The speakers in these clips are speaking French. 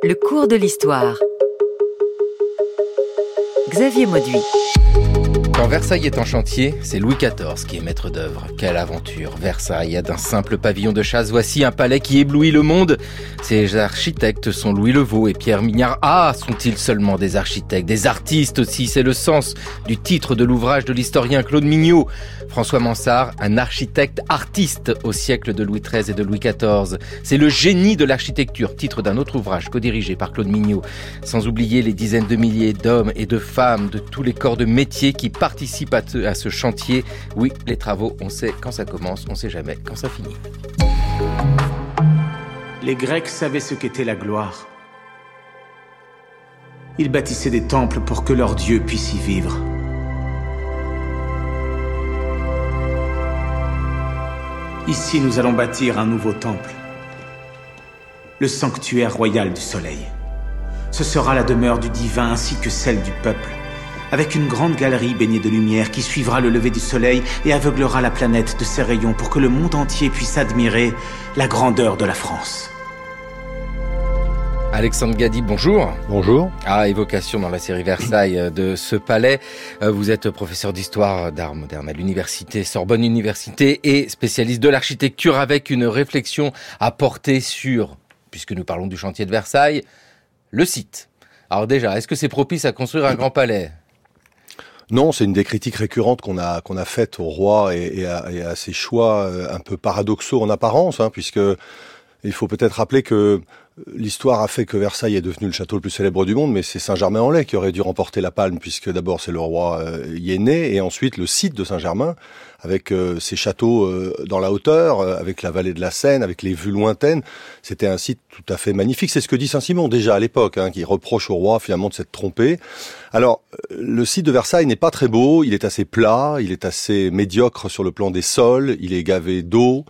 Le cours de l'histoire. Xavier Mauduit. Quand Versailles est en chantier, c'est Louis XIV qui est maître d'œuvre. Quelle aventure! Versailles a d'un simple pavillon de chasse, voici un palais qui éblouit le monde. Ses architectes sont Louis Levaux et Pierre Mignard. Ah, sont-ils seulement des architectes, des artistes aussi? C'est le sens du titre de l'ouvrage de l'historien Claude Mignot. François Mansart, un architecte artiste au siècle de Louis XIII et de Louis XIV. C'est le génie de l'architecture, titre d'un autre ouvrage co-dirigé par Claude Mignot. Sans oublier les dizaines de milliers d'hommes et de femmes de tous les corps de métier qui participent à ce chantier. Oui, les travaux, on sait quand ça commence, on sait jamais quand ça finit. Les Grecs savaient ce qu'était la gloire. Ils bâtissaient des temples pour que leurs dieux puissent y vivre. Ici, nous allons bâtir un nouveau temple. Le sanctuaire royal du soleil. Ce sera la demeure du divin ainsi que celle du peuple, avec une grande galerie baignée de lumière qui suivra le lever du soleil et aveuglera la planète de ses rayons pour que le monde entier puisse admirer la grandeur de la France. Alexandre Gady, bonjour. Bonjour. Ah, évocation dans la série Versailles de ce palais. Vous êtes professeur d'histoire d'art moderne à l'université Sorbonne Université et spécialiste de l'architecture avec une réflexion à porter sur, puisque nous parlons du chantier de Versailles, le site. Alors déjà, est-ce que c'est propice à construire un grand palais ? Non, c'est une des critiques récurrentes qu'on a faites au roi et à ses choix un peu paradoxaux en apparence, puisque il faut peut-être rappeler que l'histoire a fait que Versailles est devenu le château le plus célèbre du monde, mais c'est Saint-Germain-en-Laye qui aurait dû remporter la palme, puisque d'abord c'est le roi y est né, et ensuite le site de Saint-Germain, avec ses châteaux dans la hauteur, avec la vallée de la Seine, avec les vues lointaines, c'était un site tout à fait magnifique. C'est ce que dit Saint-Simon déjà à l'époque, qui reproche au roi finalement de s'être trompé. Alors, le site de Versailles n'est pas très beau, il est assez plat, il est assez médiocre sur le plan des sols, il est gavé d'eau,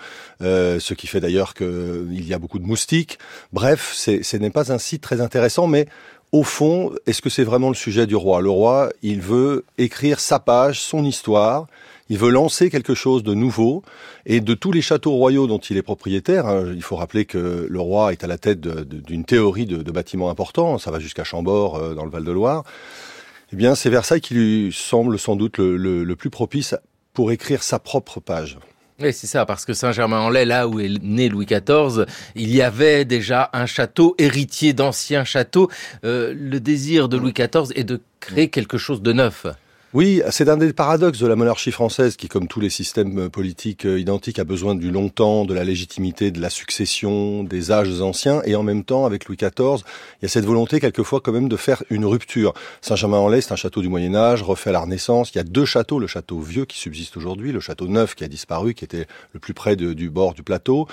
ce qui fait d'ailleurs qu'il y a beaucoup de moustiques. Bref, ce n'est pas un site très intéressant, mais au fond, est-ce que c'est vraiment le sujet du roi ? Le roi, il veut écrire sa page, son histoire, il veut lancer quelque chose de nouveau, et de tous les châteaux royaux dont il est propriétaire, il faut rappeler que le roi est à la tête d'une théorie de bâtiments importants, ça va jusqu'à Chambord dans le Val-de-Loire, eh bien c'est Versailles qui lui semble sans doute le plus propice pour écrire sa propre page. Oui, c'est ça, parce que Saint-Germain-en-Laye, là où est né Louis XIV, il y avait déjà un château héritier d'anciens châteaux. Le désir de Louis XIV est de créer quelque chose de neuf. Oui, c'est un des paradoxes de la monarchie française qui, comme tous les systèmes politiques identiques, a besoin du longtemps, de la légitimité, de la succession, des âges anciens, et en même temps, avec Louis XIV, il y a cette volonté quelquefois quand même de faire une rupture. Saint-Germain-en-Laye, c'est un château du Moyen-Âge, refait à la Renaissance. Il y a deux châteaux, le château vieux qui subsiste aujourd'hui, le château neuf qui a disparu, qui était le plus près du bord du plateau.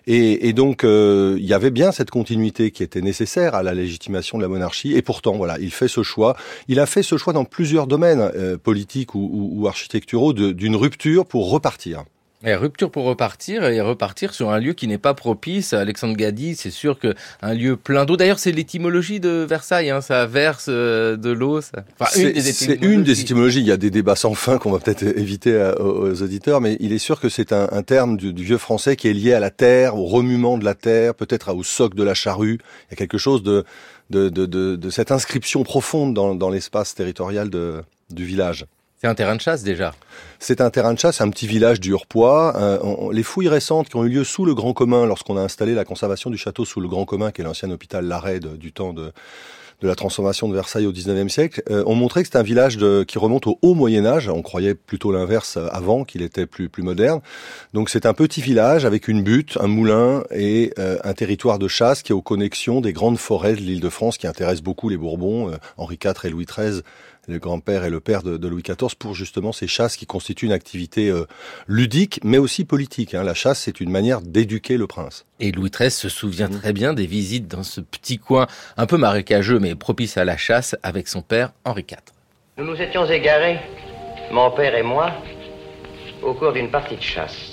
Et donc, il y avait bien cette continuité qui était nécessaire à la légitimation de la monarchie, et pourtant, voilà, il fait ce choix. Il a fait ce choix dans plusieurs domaines, politiques ou architecturaux, d'une rupture pour repartir. Et rupture pour repartir, et repartir sur un lieu qui n'est pas propice. Alexandre Gady, c'est sûr qu'un lieu plein d'eau. D'ailleurs, c'est l'étymologie de Versailles, ça verse de l'eau. C'est une des étymologies. Il y a des débats sans fin qu'on va peut-être éviter aux auditeurs, mais il est sûr que c'est un terme du vieux français qui est lié à la terre, au remuement de la terre, peut-être au soc de la charrue. Il y a quelque chose de cette inscription profonde dans l'espace territorial du village. C'est un terrain de chasse déjà. C'est un terrain de chasse, un petit village du Haut-Poix. Les fouilles récentes qui ont eu lieu sous le Grand Commun, lorsqu'on a installé la conservation du château sous le Grand Commun, qui est l'ancien hôpital Larrey du temps de la transformation de Versailles au XIXe siècle, ont montré que c'est un village qui remonte au haut Moyen-Âge. On croyait plutôt l'inverse avant, qu'il était plus moderne. Donc c'est un petit village avec une butte, un moulin et un territoire de chasse qui est aux connexions des grandes forêts de l'Île-de-France qui intéressent beaucoup les Bourbons, Henri IV et Louis XIII, le grand-père et le père de Louis XIV, pour justement ces chasses qui constituent une activité ludique, mais aussi politique. La chasse, c'est une manière d'éduquer le prince. Et Louis XIII se souvient très bien des visites dans ce petit coin un peu marécageux, mais propice à la chasse, avec son père Henri IV. Nous nous étions égarés, mon père et moi, au cours d'une partie de chasse.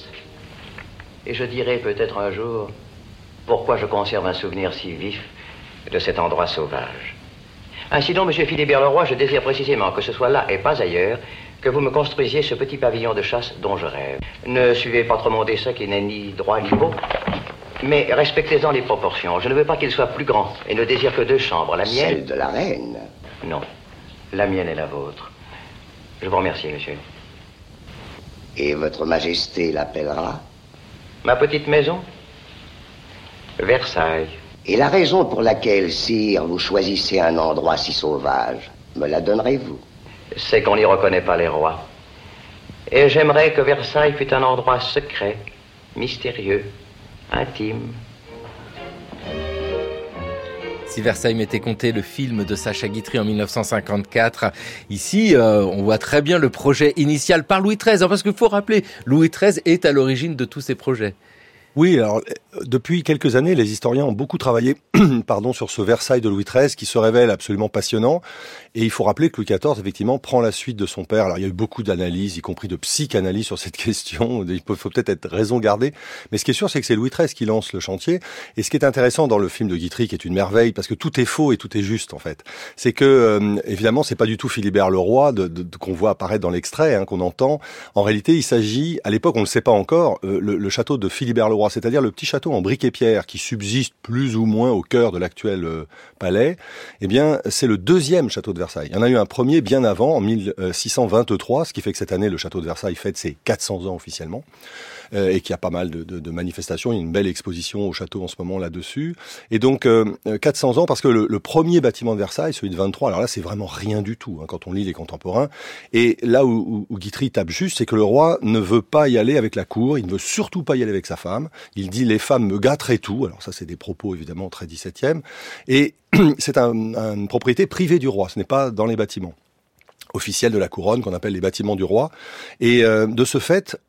Et je dirai peut-être un jour pourquoi je conserve un souvenir si vif de cet endroit sauvage. Ainsi donc, monsieur Philibert Leroy, je désire précisément que ce soit là et pas ailleurs que vous me construisiez ce petit pavillon de chasse dont je rêve. Ne suivez pas trop mon dessein qui n'est ni droit ni beau. Mais respectez-en les proportions. Je ne veux pas qu'il soit plus grand et ne désire que 2 chambres. La mienne... Celle de la reine? Non. La mienne et la vôtre. Je vous remercie, monsieur. Et votre majesté l'appellera? Ma petite maison? Versailles. Et la raison pour laquelle, sire, vous choisissez un endroit si sauvage, me la donnerez-vous? C'est qu'on n'y reconnaît pas les rois. Et j'aimerais que Versailles fût un endroit secret, mystérieux, intime. Si Versailles m'était compté, le film de Sacha Guitry en 1954. Ici, on voit très bien le projet initial par Louis XIII. Parce qu'il faut rappeler, Louis XIII est à l'origine de tous ces projets. Oui, alors depuis quelques années, les historiens ont beaucoup travaillé sur ce Versailles de Louis XIII qui se révèle absolument passionnant. Et il faut rappeler que Louis XIV, effectivement, prend la suite de son père. Alors il y a eu beaucoup d'analyses, y compris de psychanalyse sur cette question. Il faut peut-être être raison gardée. Mais ce qui est sûr, c'est que c'est Louis XIII qui lance le chantier. Et ce qui est intéressant dans le film de Guitry, qui est une merveille, parce que tout est faux et tout est juste, en fait, c'est que, évidemment, c'est pas du tout Philibert le Roi qu'on voit apparaître dans l'extrait, qu'on entend. En réalité, il s'agit, à l'époque, on ne le sait pas encore, le château de Philibert le Roi, c'est-à-dire le petit château en briques et pierre qui subsiste plus ou moins au cœur de l'actuel palais. Eh bien, c'est le 2e château de Versailles. Il y en a eu un premier bien avant, en 1623, ce qui fait que cette année, le château de Versailles fête ses 400 ans officiellement. Et qu'il y a pas mal de manifestations. Il y a une belle exposition au château en ce moment là-dessus. Et donc, 400 ans, parce que le premier bâtiment de Versailles, celui de 23, alors là, c'est vraiment rien du tout, quand on lit les contemporains. Et là où Guitry tape juste, c'est que le roi ne veut pas y aller avec la cour, il ne veut surtout pas y aller avec sa femme. Il dit « les femmes me gâteraient tout ». Alors ça, c'est des propos, évidemment, très 17e. Et c'est une propriété privée du roi, ce n'est pas dans les bâtiments officiels de la couronne, qu'on appelle les bâtiments du roi. Et de ce fait,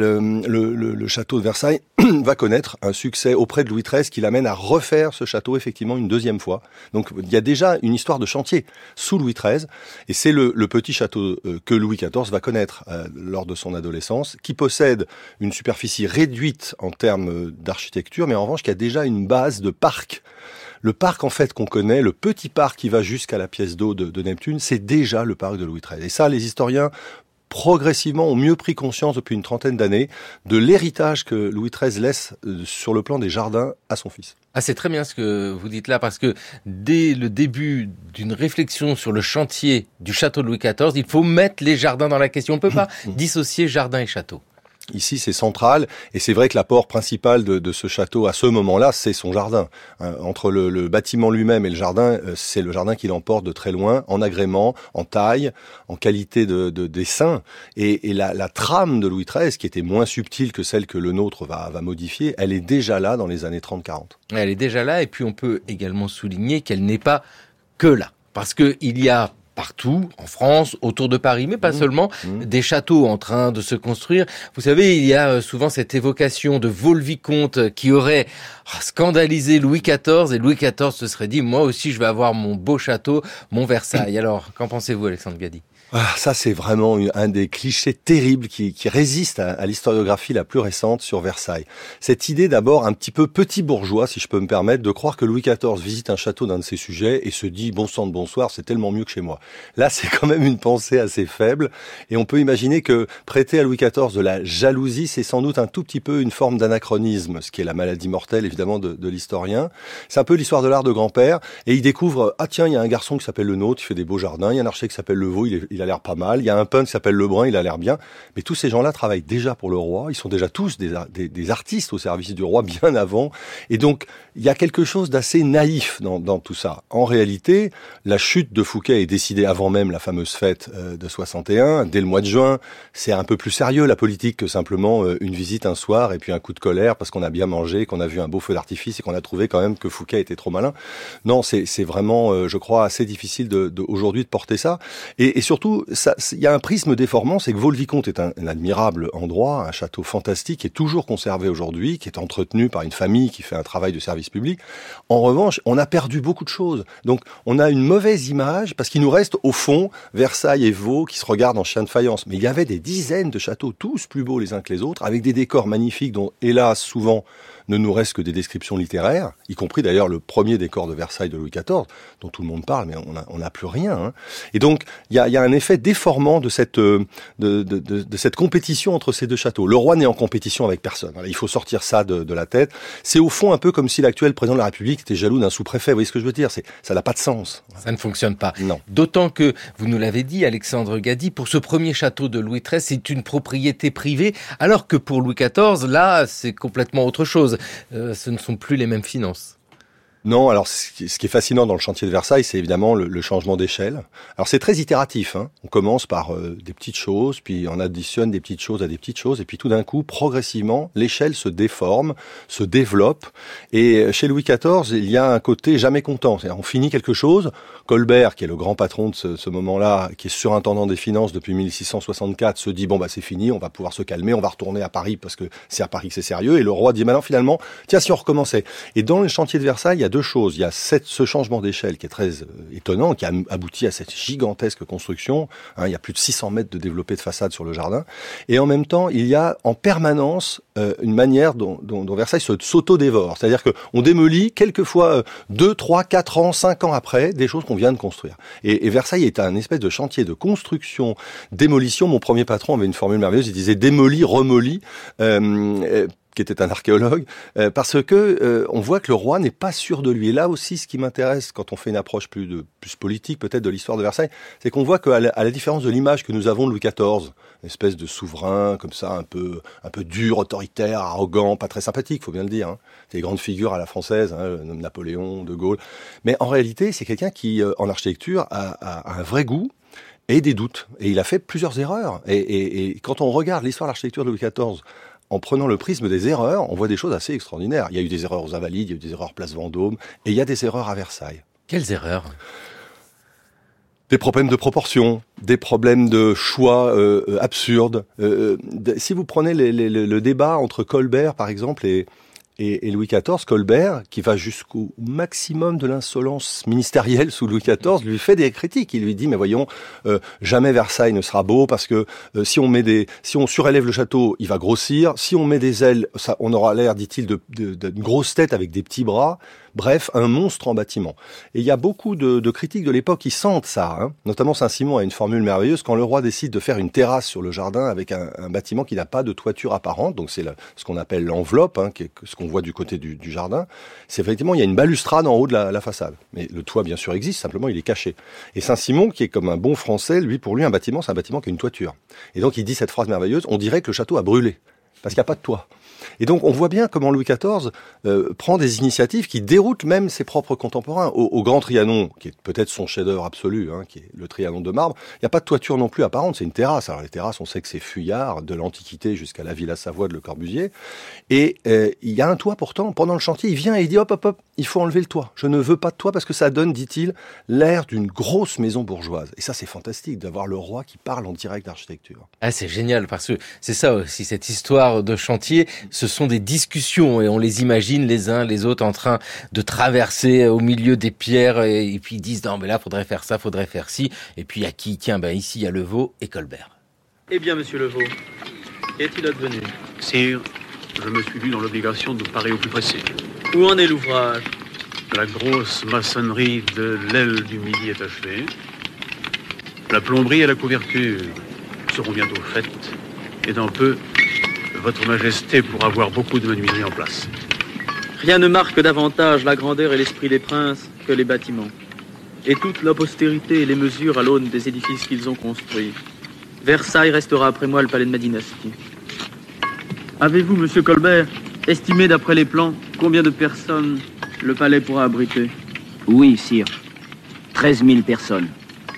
le château de Versailles va connaître un succès auprès de Louis XIII qui l'amène à refaire ce château effectivement une 2e fois. Donc il y a déjà une histoire de chantier sous Louis XIII, et c'est le petit château que Louis XIV va connaître lors de son adolescence, qui possède une superficie réduite en termes d'architecture, mais en revanche qui a déjà une base de parc. Le parc, en fait, qu'on connaît, le petit parc qui va jusqu'à la pièce d'eau de Neptune, c'est déjà le parc de Louis XIII. Et ça, les historiens, progressivement, ont mieux pris conscience depuis une trentaine d'années de l'héritage que Louis XIII laisse sur le plan des jardins à son fils. Ah, c'est très bien ce que vous dites là, parce que dès le début d'une réflexion sur le chantier du château de Louis XIV, il faut mettre les jardins dans la question. On ne peut pas dissocier jardin et château. Ici, c'est central, et c'est vrai que l'apport principal de ce château à ce moment-là, c'est son jardin. Entre le bâtiment lui-même et le jardin, c'est le jardin qui l'emporte de très loin, en agrément, en taille, en qualité de dessin. Et la trame de Louis XIII, qui était moins subtile que celle que le nôtre va modifier, elle est déjà là dans les années 30-40. Elle est déjà là, et puis on peut également souligner qu'elle n'est pas que là. Parce que il y a partout, en France, autour de Paris, mais pas seulement, des châteaux en train de se construire. Vous savez, il y a souvent cette évocation de Vaux-le-Vicomte qui aurait scandalisé Louis XIV, et Louis XIV se serait dit, moi aussi je vais avoir mon beau château, mon Versailles. Alors, qu'en pensez-vous, Alexandre Gady ? Ça, c'est vraiment un des clichés terribles qui résiste à l'historiographie la plus récente sur Versailles. Cette idée d'abord un petit peu petit bourgeois, si je peux me permettre, de croire que Louis XIV visite un château d'un de ses sujets et se dit « bon sang de bonsoir, c'est tellement mieux que chez moi ». Là, c'est quand même une pensée assez faible, et on peut imaginer que prêter à Louis XIV de la jalousie, c'est sans doute un tout petit peu une forme d'anachronisme, ce qui est la maladie mortelle, évidemment, de l'historien. C'est un peu l'histoire de l'art de grand-père, et il découvre « ah tiens, il y a un garçon qui s'appelle le nôtre, il fait des beaux jardins, il y a un architecte qui s'appelle le Vaux, il a l'air pas mal, il y a un peintre qui s'appelle Lebrun, il a l'air bien ». Mais tous ces gens-là travaillent déjà pour le roi, ils sont déjà tous des artistes au service du roi bien avant, et donc il y a quelque chose d'assez naïf dans tout ça. En réalité, la chute de Fouquet est décidée avant même la fameuse fête de 61, dès le mois de juin. C'est un peu plus sérieux la politique que simplement une visite un soir et puis un coup de colère parce qu'on a bien mangé, qu'on a vu un beau feu d'artifice et qu'on a trouvé quand même que Fouquet était trop malin. Non, c'est vraiment, je crois, assez difficile aujourd'hui de porter ça. Et surtout, il y a un prisme déformant, c'est que Vaux-le-Vicomte est un admirable endroit, un château fantastique qui est toujours conservé aujourd'hui, qui est entretenu par une famille qui fait un travail de service public. En revanche, on a perdu beaucoup de choses. Donc, on a une mauvaise image parce qu'il nous reste au fond Versailles et Vaux qui se regardent en chien de faïence. Mais il y avait des dizaines de châteaux, tous plus beaux les uns que les autres, avec des décors magnifiques dont, hélas, souvent, ne nous reste que des descriptions littéraires, y compris d'ailleurs le premier décor de Versailles de Louis XIV, dont tout le monde parle, mais on n'a plus rien. Hein. Et donc, il y a un effet déformant de cette compétition entre ces deux châteaux. Le roi n'est en compétition avec personne. Voilà, il faut sortir ça de la tête. C'est au fond un peu comme si l'actuel président de la République était jaloux d'un sous-préfet. Vous voyez ce que je veux dire ? Ça n'a pas de sens. Ça ne fonctionne pas. Non. D'autant que, vous nous l'avez dit, Alexandre Gady, pour ce premier château de Louis XIII, c'est une propriété privée, alors que pour Louis XIV, là, c'est complètement autre chose. Ce ne sont plus les mêmes finances. Non, alors ce qui est fascinant dans le chantier de Versailles, c'est évidemment le changement d'échelle. Alors c'est très itératif, hein. On commence par des petites choses, puis on additionne des petites choses à des petites choses, et puis tout d'un coup, progressivement, l'échelle se déforme, se développe. Et chez Louis XIV, il y a un côté jamais content. C'est-à-dire, on finit quelque chose. Colbert, qui est le grand patron de ce moment-là, qui est surintendant des finances depuis 1664, se dit bon bah c'est fini, on va pouvoir se calmer, on va retourner à Paris parce que c'est à Paris que c'est sérieux. Et le roi dit maintenant finalement, tiens si on recommençait. Et dans le chantier de Versailles, il y a deux choses. Il y a ce changement d'échelle qui est très étonnant, qui a abouti à cette gigantesque construction. Hein, il y a plus de 600 mètres de développé de façade sur le jardin. Et en même temps, il y a en permanence une manière dont Versailles s'auto-dévore. C'est-à-dire qu'on démolit quelquefois 2, 3, 4 ans, 5 ans après des choses qu'on vient de construire. Et Versailles est un espèce de chantier de construction, démolition. Mon premier patron avait une formule merveilleuse, il disait démoli, remoli. Qui était un archéologue, parce que on voit que le roi n'est pas sûr de lui. Et là aussi, ce qui m'intéresse quand on fait une approche plus politique peut-être de l'histoire de Versailles, c'est qu'on voit qu'à la différence de l'image que nous avons de Louis XIV, une espèce de souverain comme ça, un peu dur, autoritaire, arrogant, pas très sympathique, faut bien le dire. Hein. Des grandes figures à la française, hein, Napoléon, De Gaulle. Mais en réalité, c'est quelqu'un qui, en architecture, a un vrai goût et des doutes. Et il a fait plusieurs erreurs. Et quand on regarde l'histoire de l'architecture de Louis XIV, en prenant le prisme des erreurs, on voit des choses assez extraordinaires. Il y a eu des erreurs aux Invalides, il y a eu des erreurs Place Vendôme, et il y a des erreurs à Versailles. Quelles erreurs ? Des problèmes de proportion, des problèmes de choix absurdes. Si vous prenez le débat entre Colbert, par exemple, et Louis XIV, Colbert, qui va jusqu'au maximum de l'insolence ministérielle sous Louis XIV, lui fait des critiques. Il lui dit, mais voyons, jamais Versailles ne sera beau parce que si on surélève le château, il va grossir. Si on met des ailes, on aura l'air, dit-il, d'une grosse tête avec des petits bras. Bref, un monstre en bâtiment. Et il y a beaucoup de critiques de l'époque qui sentent ça. Hein. Notamment Saint-Simon a une formule merveilleuse. Quand le roi décide de faire une terrasse sur le jardin avec un bâtiment qui n'a pas de toiture apparente, donc c'est ce qu'on appelle l'enveloppe, hein, qui est ce qu'on voit du côté du jardin, c'est effectivement, il y a une balustrade en haut de la façade. Mais le toit, bien sûr, existe, simplement il est caché. Et Saint-Simon, qui est comme un bon français, pour lui, un bâtiment, c'est un bâtiment qui a une toiture. Et donc il dit cette phrase merveilleuse, on dirait que le château a brûlé, parce qu'il n'y a pas de toit. Et donc on voit bien comment Louis XIV prend des initiatives qui déroutent même ses propres contemporains. Au Grand Trianon, qui est peut-être son chef-d'œuvre absolu, hein, qui est le Trianon de marbre, il n'y a pas de toiture non plus apparente, c'est une terrasse. Alors les terrasses, on sait que c'est fuyard, de l'Antiquité jusqu'à la Villa Savoie de Le Corbusier. Et il y a un toit pourtant, pendant le chantier, il vient et il dit hop, il faut enlever le toit. Je ne veux pas de toit parce que ça donne, dit-il, l'air d'une grosse maison bourgeoise. Et ça c'est fantastique d'avoir le roi qui parle en direct d'architecture. Ah, c'est génial parce que c'est ça aussi, cette histoire de chantier. Ce sont des discussions et on les imagine les uns les autres en train de traverser au milieu des pierres et puis ils disent non mais là faudrait faire ça, faudrait faire ci. Et puis il y a qui ? Tiens, ici il y a Levaux et Colbert. Eh bien monsieur Levaux, qu'est-il advenu ? Sire, je me suis vu dans l'obligation de parer au plus pressé. Où en est l'ouvrage ? La grosse maçonnerie de l'aile du Midi est achevée. La plomberie et la couverture seront bientôt faites. Et dans peu, Votre Majesté pourra voir beaucoup de menuiserie en place. Rien ne marque davantage la grandeur et l'esprit des princes que les bâtiments. Et toute la postérité les mesure à l'aune des édifices qu'ils ont construits. Versailles restera après moi le palais de ma dynastie. Avez-vous, monsieur Colbert, estimé d'après les plans combien de personnes le palais pourra abriter ? Oui, sire. 13 000 personnes.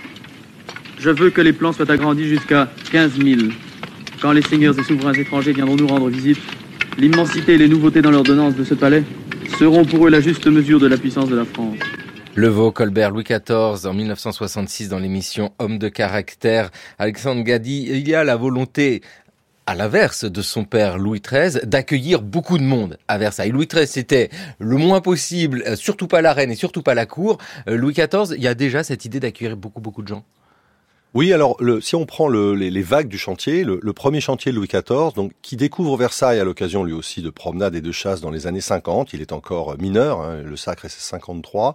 Je veux que les plans soient agrandis jusqu'à 15 000. Quand les seigneurs et souverains étrangers viendront nous rendre visite, l'immensité et les nouveautés dans l'ordonnance de ce palais seront pour eux la juste mesure de la puissance de la France. Levaux, Colbert, Louis XIV, en 1966, dans l'émission Homme de caractère. Alexandre Gady, il y a la volonté, à l'inverse de son père Louis XIII, d'accueillir beaucoup de monde à Versailles. Louis XIII, c'était le moins possible, surtout pas la reine et surtout pas la cour. Louis XIV, il y a déjà cette idée d'accueillir beaucoup de gens. Oui, alors si on prend les vagues du chantier, le premier chantier de Louis XIV, donc qui découvre Versailles à l'occasion lui aussi de promenades et de chasses dans les années 50, il est encore mineur, hein, le sacre c'est 53.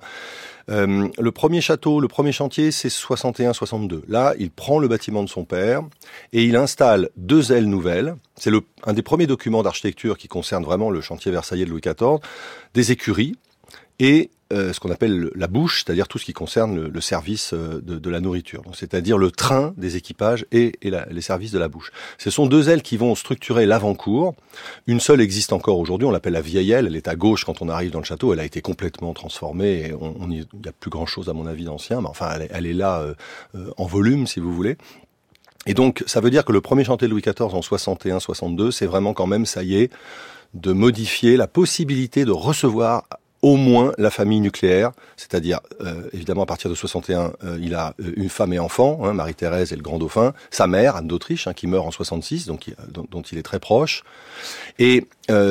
Le premier château, le premier chantier, c'est 61-62. Là, il prend le bâtiment de son père et il installe 2 ailes nouvelles. C'est un des premiers documents d'architecture qui concerne vraiment le chantier versaillais de Louis XIV, des écuries et ce qu'on appelle la bouche, c'est-à-dire tout ce qui concerne le service de la nourriture. Donc, c'est-à-dire le train des équipages et les services de la bouche. Ce sont 2 ailes qui vont structurer l'avant-cour. Une seule existe encore aujourd'hui, on l'appelle la vieille aile. Elle est à gauche quand on arrive dans le château. Elle a été complètement transformée. Et il n'y a plus grand-chose à mon avis d'ancien, mais enfin elle est là en volume si vous voulez. Et donc ça veut dire que le premier chantier de Louis XIV en 61-62, c'est vraiment quand même, ça y est, de modifier la possibilité de recevoir au moins la famille nucléaire, c'est-à-dire évidemment à partir de 61, il a une femme et enfant, hein, Marie-Thérèse et le grand dauphin, sa mère Anne d'Autriche, hein, qui meurt en 66, donc dont il est très proche, et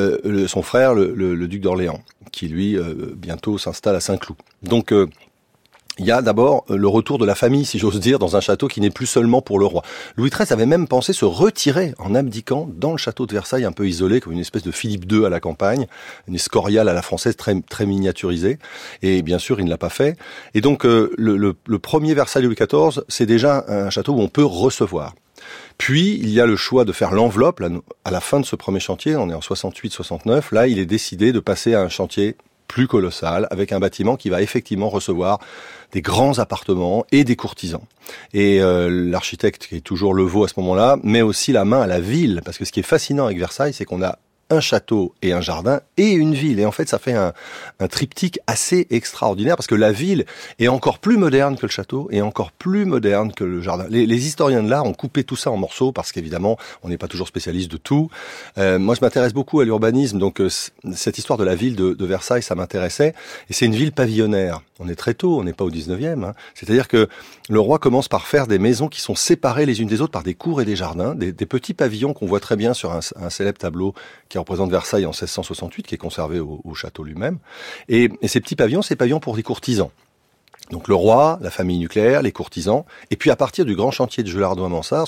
son frère le duc d'Orléans, qui lui bientôt s'installe à Saint-Cloud. Donc il y a d'abord le retour de la famille, si j'ose dire, dans un château qui n'est plus seulement pour le roi. Louis XIII avait même pensé se retirer en abdiquant dans le château de Versailles, un peu isolé, comme une espèce de Philippe II à la campagne, une escoriale à la française très, très miniaturisée. Et bien sûr, il ne l'a pas fait. Et donc, le premier Versailles de Louis XIV, c'est déjà un château où on peut recevoir. Puis, il y a le choix de faire l'enveloppe. Là, à la fin de ce premier chantier, on est en 68-69, là, il est décidé de passer à un chantier plus colossal, avec un bâtiment qui va effectivement recevoir des grands appartements et des courtisans. Et l'architecte, qui est toujours Levaux à ce moment-là, met aussi la main à la ville, parce que ce qui est fascinant avec Versailles, c'est qu'on a un château et un jardin et une ville. Et en fait, ça fait un triptyque assez extraordinaire parce que la ville est encore plus moderne que le château et encore plus moderne que le jardin. Les historiens de l'art ont coupé tout ça en morceaux parce qu'évidemment, on n'est pas toujours spécialiste de tout. Moi, je m'intéresse beaucoup à l'urbanisme, donc cette histoire de la ville de Versailles, ça m'intéressait. Et c'est une ville pavillonnaire. On est très tôt, on n'est pas au 19e. Hein. C'est-à-dire que le roi commence par faire des maisons qui sont séparées les unes des autres par des cours et des jardins, des petits pavillons qu'on voit très bien sur un célèbre tableau qui représente Versailles en 1668, qui est conservé au château lui-même. Et ces petits pavillons, c'est pavillons pour des courtisans. Donc le roi, la famille nucléaire, les courtisans, et puis à partir du grand chantier de Jeulardon-Mansart,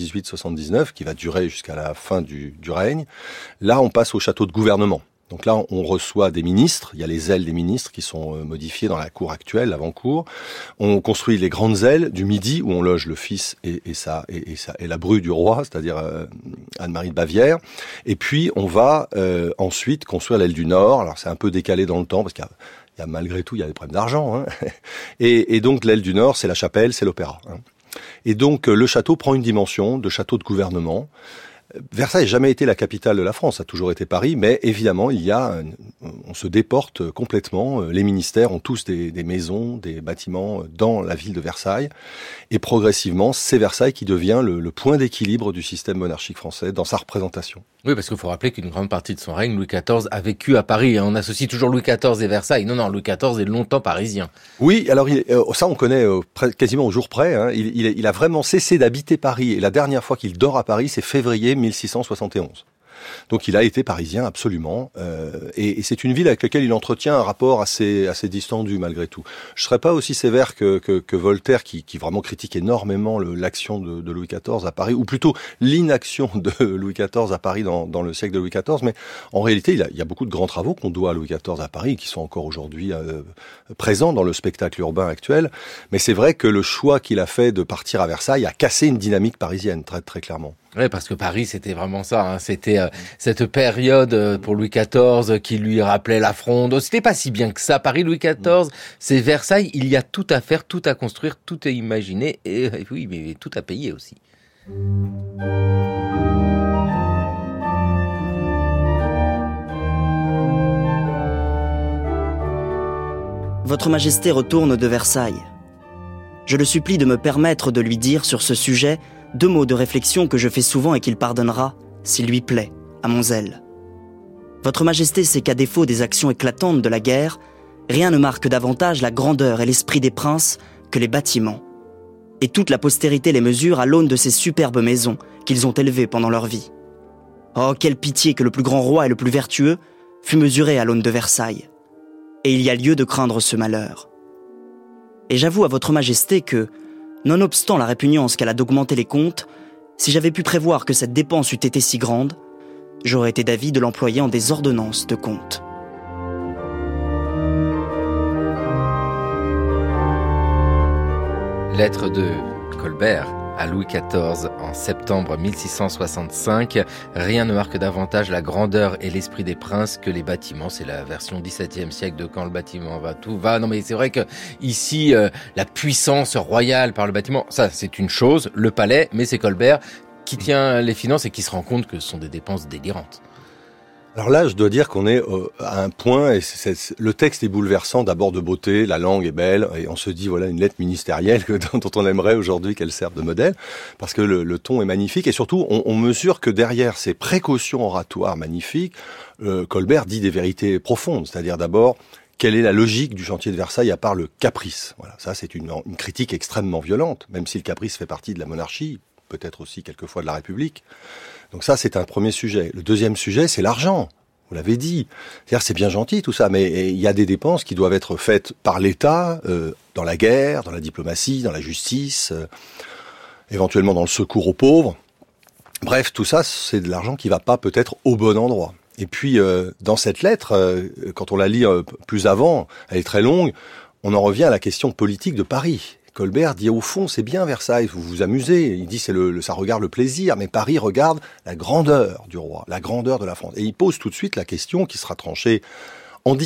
78-79, qui va durer jusqu'à la fin du règne, là on passe au château de gouvernement. Donc là, on reçoit des ministres, il y a les ailes des ministres qui sont modifiées dans la cour actuelle, l'avant-cour. On construit les grandes ailes du Midi, où on loge le fils et la bru du roi, c'est-à-dire Anne-Marie de Bavière. Et puis, on va ensuite construire l'aile du Nord. Alors, c'est un peu décalé dans le temps, parce qu'il y a malgré tout, il y a des problèmes d'argent. Hein. Et donc, l'aile du Nord, c'est la chapelle, c'est l'opéra. Hein. Et donc, le château prend une dimension de château de gouvernement. Versailles n'a jamais été la capitale de la France, ça a toujours été Paris, mais évidemment, on se déporte complètement. Les ministères ont tous des maisons, des bâtiments dans la ville de Versailles. Et progressivement, c'est Versailles qui devient le point d'équilibre du système monarchique français dans sa représentation. Oui, parce qu'il faut rappeler qu'une grande partie de son règne, Louis XIV a vécu à Paris. On associe toujours Louis XIV et Versailles. Non, Louis XIV est longtemps parisien. Oui, alors ça on connaît quasiment au jour près. Hein. Il a vraiment cessé d'habiter Paris. Et la dernière fois qu'il dort à Paris, c'est février 1671. Donc il a été parisien absolument, et c'est une ville avec laquelle il entretient un rapport assez distendu malgré tout. Je serais pas aussi sévère que Voltaire qui vraiment critique énormément l'action de Louis XIV à Paris, ou plutôt l'inaction de Louis XIV à Paris dans le siècle de Louis XIV. Mais en réalité, il y a beaucoup de grands travaux qu'on doit à Louis XIV à Paris, qui sont encore aujourd'hui présents dans le spectacle urbain actuel. Mais c'est vrai que le choix qu'il a fait de partir à Versailles a cassé une dynamique parisienne très très clairement. Oui, parce que Paris, c'était vraiment ça. Hein. C'était cette période pour Louis XIV qui lui rappelait la Fronde. C'était pas si bien que ça. Paris, Louis XIV, c'est Versailles. Il y a tout à faire, tout à construire, tout à imaginer. Et oui, mais tout à payer aussi. Votre Majesté retourne de Versailles. Je le supplie de me permettre de lui dire sur ce sujet 2 mots de réflexion que je fais souvent et qu'il pardonnera, s'il lui plaît, à mon zèle. Votre Majesté sait qu'à défaut des actions éclatantes de la guerre, rien ne marque davantage la grandeur et l'esprit des princes que les bâtiments. Et toute la postérité les mesure à l'aune de ces superbes maisons qu'ils ont élevées pendant leur vie. Oh, quelle pitié que le plus grand roi et le plus vertueux fût mesuré à l'aune de Versailles. Et il y a lieu de craindre ce malheur. Et j'avoue à votre Majesté que, Nonobstant la répugnance qu'elle a d'augmenter les comptes, si j'avais pu prévoir que cette dépense eût été si grande, j'aurais été d'avis de l'employer en des ordonnances de compte. Lettre de Colbert à Louis XIV en septembre 1665. Rien ne marque davantage la grandeur et l'esprit des princes que les bâtiments. C'est la version XVIIe siècle de quand le bâtiment va, tout va. Non mais c'est vrai que ici, la puissance royale par le bâtiment, ça c'est une chose, le palais, mais c'est Colbert qui tient les finances et qui se rend compte que ce sont des dépenses délirantes. Alors là, je dois dire qu'on est à un point, et le texte est bouleversant, d'abord de beauté, la langue est belle, et on se dit, voilà, une lettre ministérielle dont on aimerait aujourd'hui qu'elle serve de modèle, parce que le ton est magnifique, et surtout, on mesure que derrière ces précautions oratoires magnifiques, Colbert dit des vérités profondes, c'est-à-dire d'abord, quelle est la logique du chantier de Versailles à part le caprice? Voilà, ça c'est une critique extrêmement violente, même si le caprice fait partie de la monarchie, peut-être aussi quelquefois de la République. Donc ça, c'est un premier sujet. Le deuxième sujet, c'est l'argent. Vous l'avez dit. C'est-à-dire, c'est bien gentil tout ça, mais il y a des dépenses qui doivent être faites par l'État, dans la guerre, dans la diplomatie, dans la justice, éventuellement dans le secours aux pauvres. Bref, tout ça, c'est de l'argent qui va pas peut-être au bon endroit. Et puis, dans cette lettre, quand on la lit plus avant, elle est très longue, on en revient à la question politique de Paris. Colbert dit, au fond, c'est bien Versailles, vous vous amusez. Il dit, ça regarde le plaisir, mais Paris regarde la grandeur du roi, la grandeur de la France. Et il pose tout de suite la question qui sera tranchée. En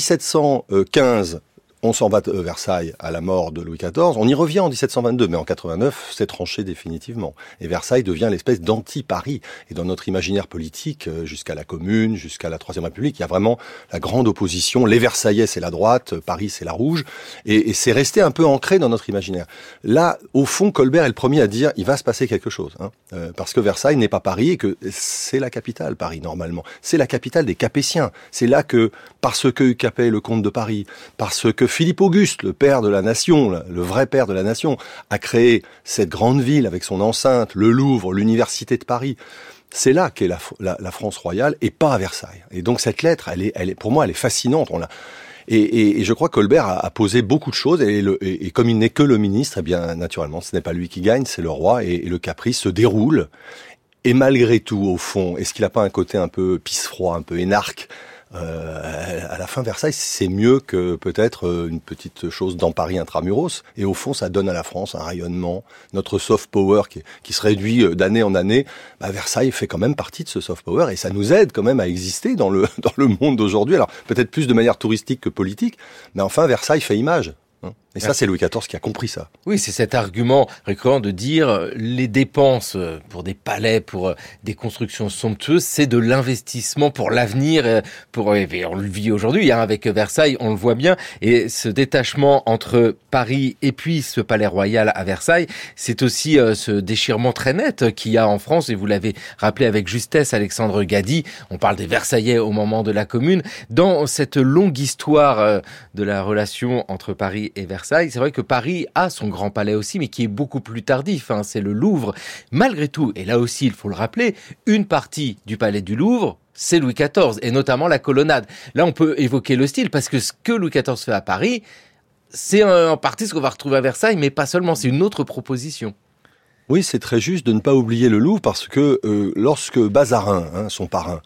1715, on s'en va de Versailles à la mort de Louis XIV. On y revient en 1722, mais en 89, c'est tranché définitivement. Et Versailles devient l'espèce d'anti-Paris. Et dans notre imaginaire politique, jusqu'à la Commune, jusqu'à la Troisième République, il y a vraiment la grande opposition. Les Versaillais, c'est la droite, Paris, c'est la rouge. Et c'est resté un peu ancré dans notre imaginaire. Là, au fond, Colbert est le premier à dire, il va se passer quelque chose. Parce que Versailles n'est pas Paris et que c'est la capitale, Paris, normalement. C'est la capitale des Capétiens. C'est là que, parce que Capet, le comte de Paris, parce que Philippe Auguste, le père de la nation, le vrai père de la nation, a créé cette grande ville avec son enceinte, le Louvre, l'université de Paris. C'est là qu'est la France royale et pas à Versailles. Et donc cette lettre, elle est, pour moi, elle est fascinante. Et je crois que Colbert a posé beaucoup de choses et comme il n'est que le ministre, eh bien naturellement, ce n'est pas lui qui gagne, c'est le roi et le caprice se déroule. Et malgré tout, au fond, est-ce qu'il n'a pas un côté un peu pisse-froid, un peu énarque? À la fin, Versailles, c'est mieux que peut-être une petite chose dans Paris intramuros. Et au fond, ça donne à la France un rayonnement. Notre soft power qui se réduit d'année en année, Versailles fait quand même partie de ce soft power et ça nous aide quand même à exister dans le monde d'aujourd'hui. Alors peut-être plus de manière touristique que politique, mais enfin Versailles fait image. Et ça, c'est Louis XIV qui a compris ça. Oui, c'est cet argument récurrent de dire les dépenses pour des palais, pour des constructions somptueuses, c'est de l'investissement pour l'avenir. Et on le vit aujourd'hui avec Versailles, on le voit bien. Et ce détachement entre Paris et puis ce palais royal à Versailles, c'est aussi ce déchirement très net qu'il y a en France. Et vous l'avez rappelé avec justesse, Alexandre Gady. On parle des Versaillais au moment de la Commune. Dans cette longue histoire de la relation entre Paris et Versailles, c'est vrai que Paris a son grand palais aussi, mais qui est beaucoup plus tardif, c'est le Louvre. Malgré tout, et là aussi il faut le rappeler, une partie du palais du Louvre, c'est Louis XIV, et notamment la colonnade. Là on peut évoquer le style, parce que ce que Louis XIV fait à Paris, c'est en partie ce qu'on va retrouver à Versailles, mais pas seulement, c'est une autre proposition. Oui, c'est très juste de ne pas oublier le Louvre parce que lorsque Bazarin, son parrain,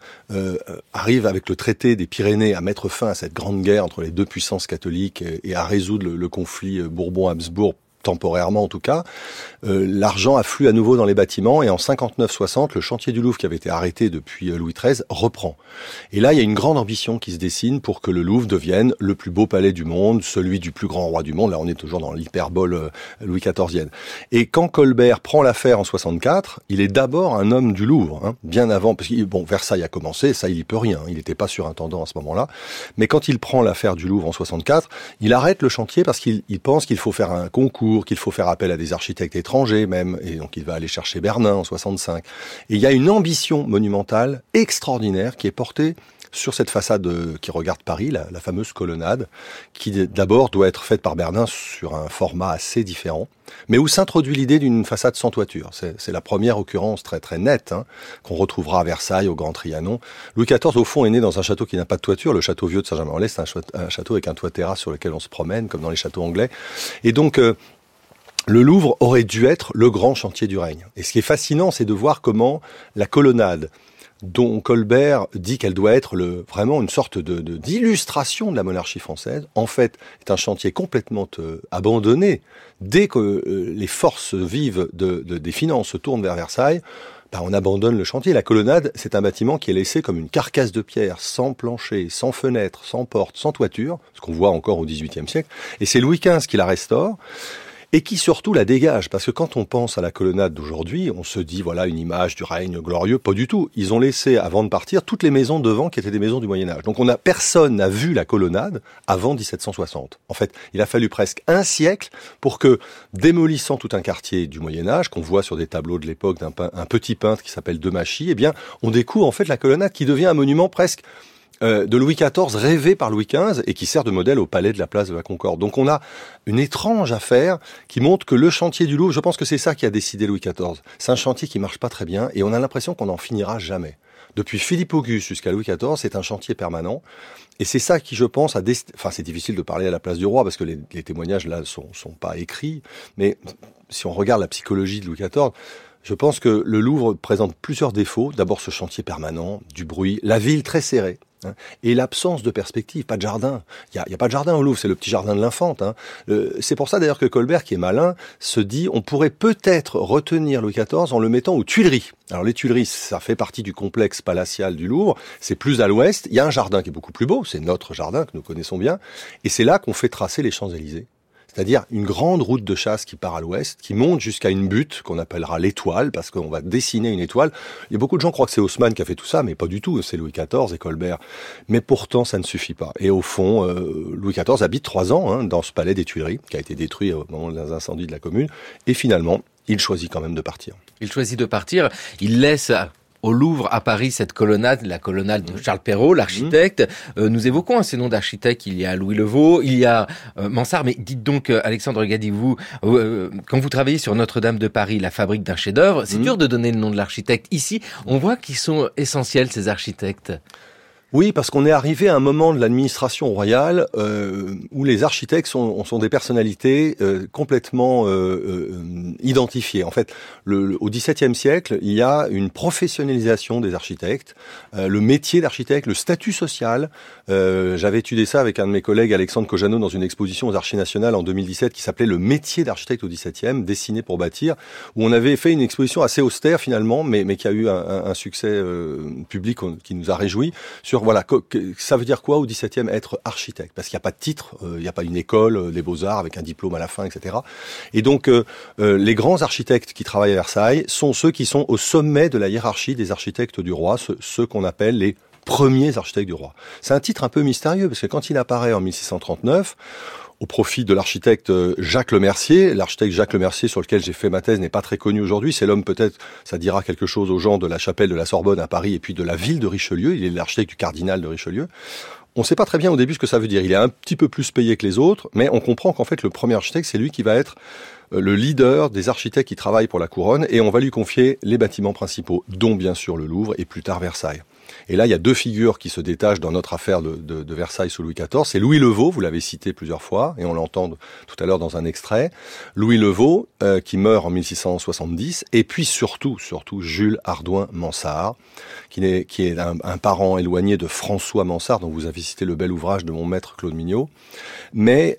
arrive avec le traité des Pyrénées à mettre fin à cette grande guerre entre les deux puissances catholiques et à résoudre le conflit Bourbon-Habsbourg, temporairement en tout cas, l'argent afflue à nouveau dans les bâtiments et en 59-60, le chantier du Louvre qui avait été arrêté depuis Louis XIII reprend. Et là, il y a une grande ambition qui se dessine pour que le Louvre devienne le plus beau palais du monde, celui du plus grand roi du monde. Là, on est toujours dans l'hyperbole Louis XIVienne. Et quand Colbert prend l'affaire en 64, il est d'abord un homme du Louvre, bien avant, parce que Versailles a commencé, ça il y peut rien, il n'était pas surintendant à ce moment-là. Mais quand il prend l'affaire du Louvre en 64, il arrête le chantier parce qu'il pense qu'il faut faire un concours, qu'il faut faire appel à des architectes étrangers même, et donc il va aller chercher Bernin en 65. Et il y a une ambition monumentale extraordinaire qui est portée sur cette façade qui regarde Paris, la fameuse colonnade, qui d'abord doit être faite par Bernin sur un format assez différent, mais où s'introduit l'idée d'une façade sans toiture. C'est la première occurrence très très nette qu'on retrouvera à Versailles, au Grand Trianon. Louis XIV, au fond, est né dans un château qui n'a pas de toiture. Le château vieux de Saint-Germain-en-Laye, c'est un château avec un toit terrasse sur lequel on se promène, comme dans les châteaux anglais. Et donc, le Louvre aurait dû être le grand chantier du règne. Et ce qui est fascinant, c'est de voir comment la colonnade, dont Colbert dit qu'elle doit être vraiment une sorte d'illustration de la monarchie française, en fait, est un chantier complètement abandonné. Dès que les forces vives des finances se tournent vers Versailles, on abandonne le chantier. La colonnade, c'est un bâtiment qui est laissé comme une carcasse de pierre, sans plancher, sans fenêtre, sans porte, sans toiture, ce qu'on voit encore au XVIIIe siècle. Et c'est Louis XV qui la restaure. Et qui surtout la dégage, parce que quand on pense à la colonnade d'aujourd'hui, on se dit, voilà, une image du règne glorieux, pas du tout. Ils ont laissé, avant de partir, toutes les maisons devant qui étaient des maisons du Moyen-Âge. Donc personne n'a vu la colonnade avant 1760. En fait, il a fallu presque un siècle pour que, démolissant tout un quartier du Moyen-Âge, qu'on voit sur des tableaux de l'époque d'un petit peintre qui s'appelle Demachy, eh bien, on découvre en fait la colonnade qui devient un monument presque de Louis XIV, rêvé par Louis XV et qui sert de modèle au palais de la place de la Concorde. Donc on a une étrange affaire qui montre que le chantier du Louvre, je pense que c'est ça qui a décidé Louis XIV. C'est un chantier qui marche pas très bien et on a l'impression qu'on n'en finira jamais. Depuis Philippe Auguste jusqu'à Louis XIV, c'est un chantier permanent. Et c'est ça qui, je pense, enfin, c'est difficile de parler à la place du roi parce que les témoignages là sont pas écrits. Mais si on regarde la psychologie de Louis XIV, je pense que le Louvre présente plusieurs défauts. D'abord, ce chantier permanent, du bruit, la ville très serrée. Et l'absence de perspective, pas de jardin. Il y a pas de jardin au Louvre, c'est le petit jardin de l'Infante. C'est pour ça d'ailleurs que Colbert, qui est malin, se dit on pourrait peut-être retenir Louis XIV en le mettant aux Tuileries. Alors les Tuileries, ça fait partie du complexe palatial du Louvre, c'est plus à l'ouest, il y a un jardin qui est beaucoup plus beau, c'est notre jardin que nous connaissons bien, et c'est là qu'on fait tracer les Champs-Élysées. C'est-à-dire une grande route de chasse qui part à l'ouest, qui monte jusqu'à une butte qu'on appellera l'étoile, parce qu'on va dessiner une étoile. Il y a beaucoup de gens qui croient que c'est Haussmann qui a fait tout ça, mais pas du tout, c'est Louis XIV et Colbert. Mais pourtant, ça ne suffit pas. Et au fond, Louis XIV habite 3 ans dans ce palais des Tuileries, qui a été détruit au moment des incendies de la Commune, et finalement, il choisit quand même de partir. Il choisit de partir, il laisse au Louvre, à Paris, cette colonnade, la colonnade de Charles Perrault, l'architecte. Nous évoquons ces noms d'architectes. Il y a Louis Levaux, il y a Mansart. Mais dites donc, Alexandre Gady, vous, quand vous travaillez sur Notre-Dame de Paris, la fabrique d'un chef-d'œuvre, c'est dur de donner le nom de l'architecte. Ici, on voit qu'ils sont essentiels, ces architectes. Oui, parce qu'on est arrivé à un moment de l'administration royale où les architectes sont des personnalités complètement identifiées. En fait, au XVIIe siècle, il y a une professionnalisation des architectes, le métier d'architecte, le statut social. J'avais étudié ça avec un de mes collègues, Alexandre Cojano, dans une exposition aux Archives nationales en 2017 qui s'appelait « Le métier d'architecte au XVIIe, dessiné pour bâtir », où on avait fait une exposition assez austère finalement, mais qui a eu un succès public qui nous a réjouis, sur voilà, ça veut dire quoi au XVIIe être architecte? Parce qu'il n'y a pas de titre, il n'y a pas une école des beaux-arts avec un diplôme à la fin, etc. Et donc, les grands architectes qui travaillent à Versailles sont ceux qui sont au sommet de la hiérarchie des architectes du roi, ceux qu'on appelle les premiers architectes du roi. C'est un titre un peu mystérieux, parce que quand il apparaît en 1639, au profit de l'architecte Jacques Lemercier. L'architecte Jacques Lemercier, sur lequel j'ai fait ma thèse, n'est pas très connu aujourd'hui. C'est l'homme, peut-être, ça dira quelque chose aux gens de la chapelle de la Sorbonne à Paris et puis de la ville de Richelieu. Il est l'architecte du cardinal de Richelieu. On ne sait pas très bien au début ce que ça veut dire. Il est un petit peu plus payé que les autres, mais on comprend qu'en fait, le premier architecte, c'est lui qui va être le leader des architectes qui travaillent pour la couronne, et on va lui confier les bâtiments principaux, dont bien sûr le Louvre et plus tard Versailles. Et là, il y a deux figures qui se détachent dans notre affaire de Versailles sous Louis XIV. C'est Louis Levaux, vous l'avez cité plusieurs fois, et on l'entend tout à l'heure dans un extrait. Louis Levaux, qui meurt en 1670, et puis surtout Jules Hardouin Mansart, qui est un parent éloigné de François Mansart, dont vous avez cité le bel ouvrage de mon maître Claude Mignot. Mais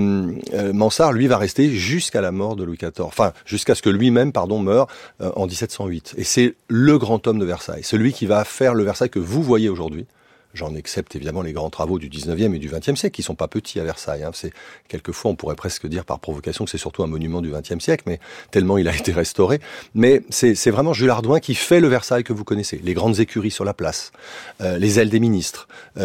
Mansart, lui, va rester jusqu'à la mort de Louis XIV, enfin jusqu'à ce que lui-même, meure en 1708. Et c'est le grand homme de Versailles, celui qui va faire le Versailles que vous voyez aujourd'hui. J'en accepte évidemment les grands travaux du 19e et du 20e siècle, qui sont pas petits à Versailles. C'est, quelquefois, on pourrait presque dire par provocation que c'est surtout un monument du 20e siècle, mais tellement il a été restauré. Mais c'est vraiment Jules Hardouin qui fait le Versailles que vous connaissez. Les grandes écuries sur la place, les ailes des ministres,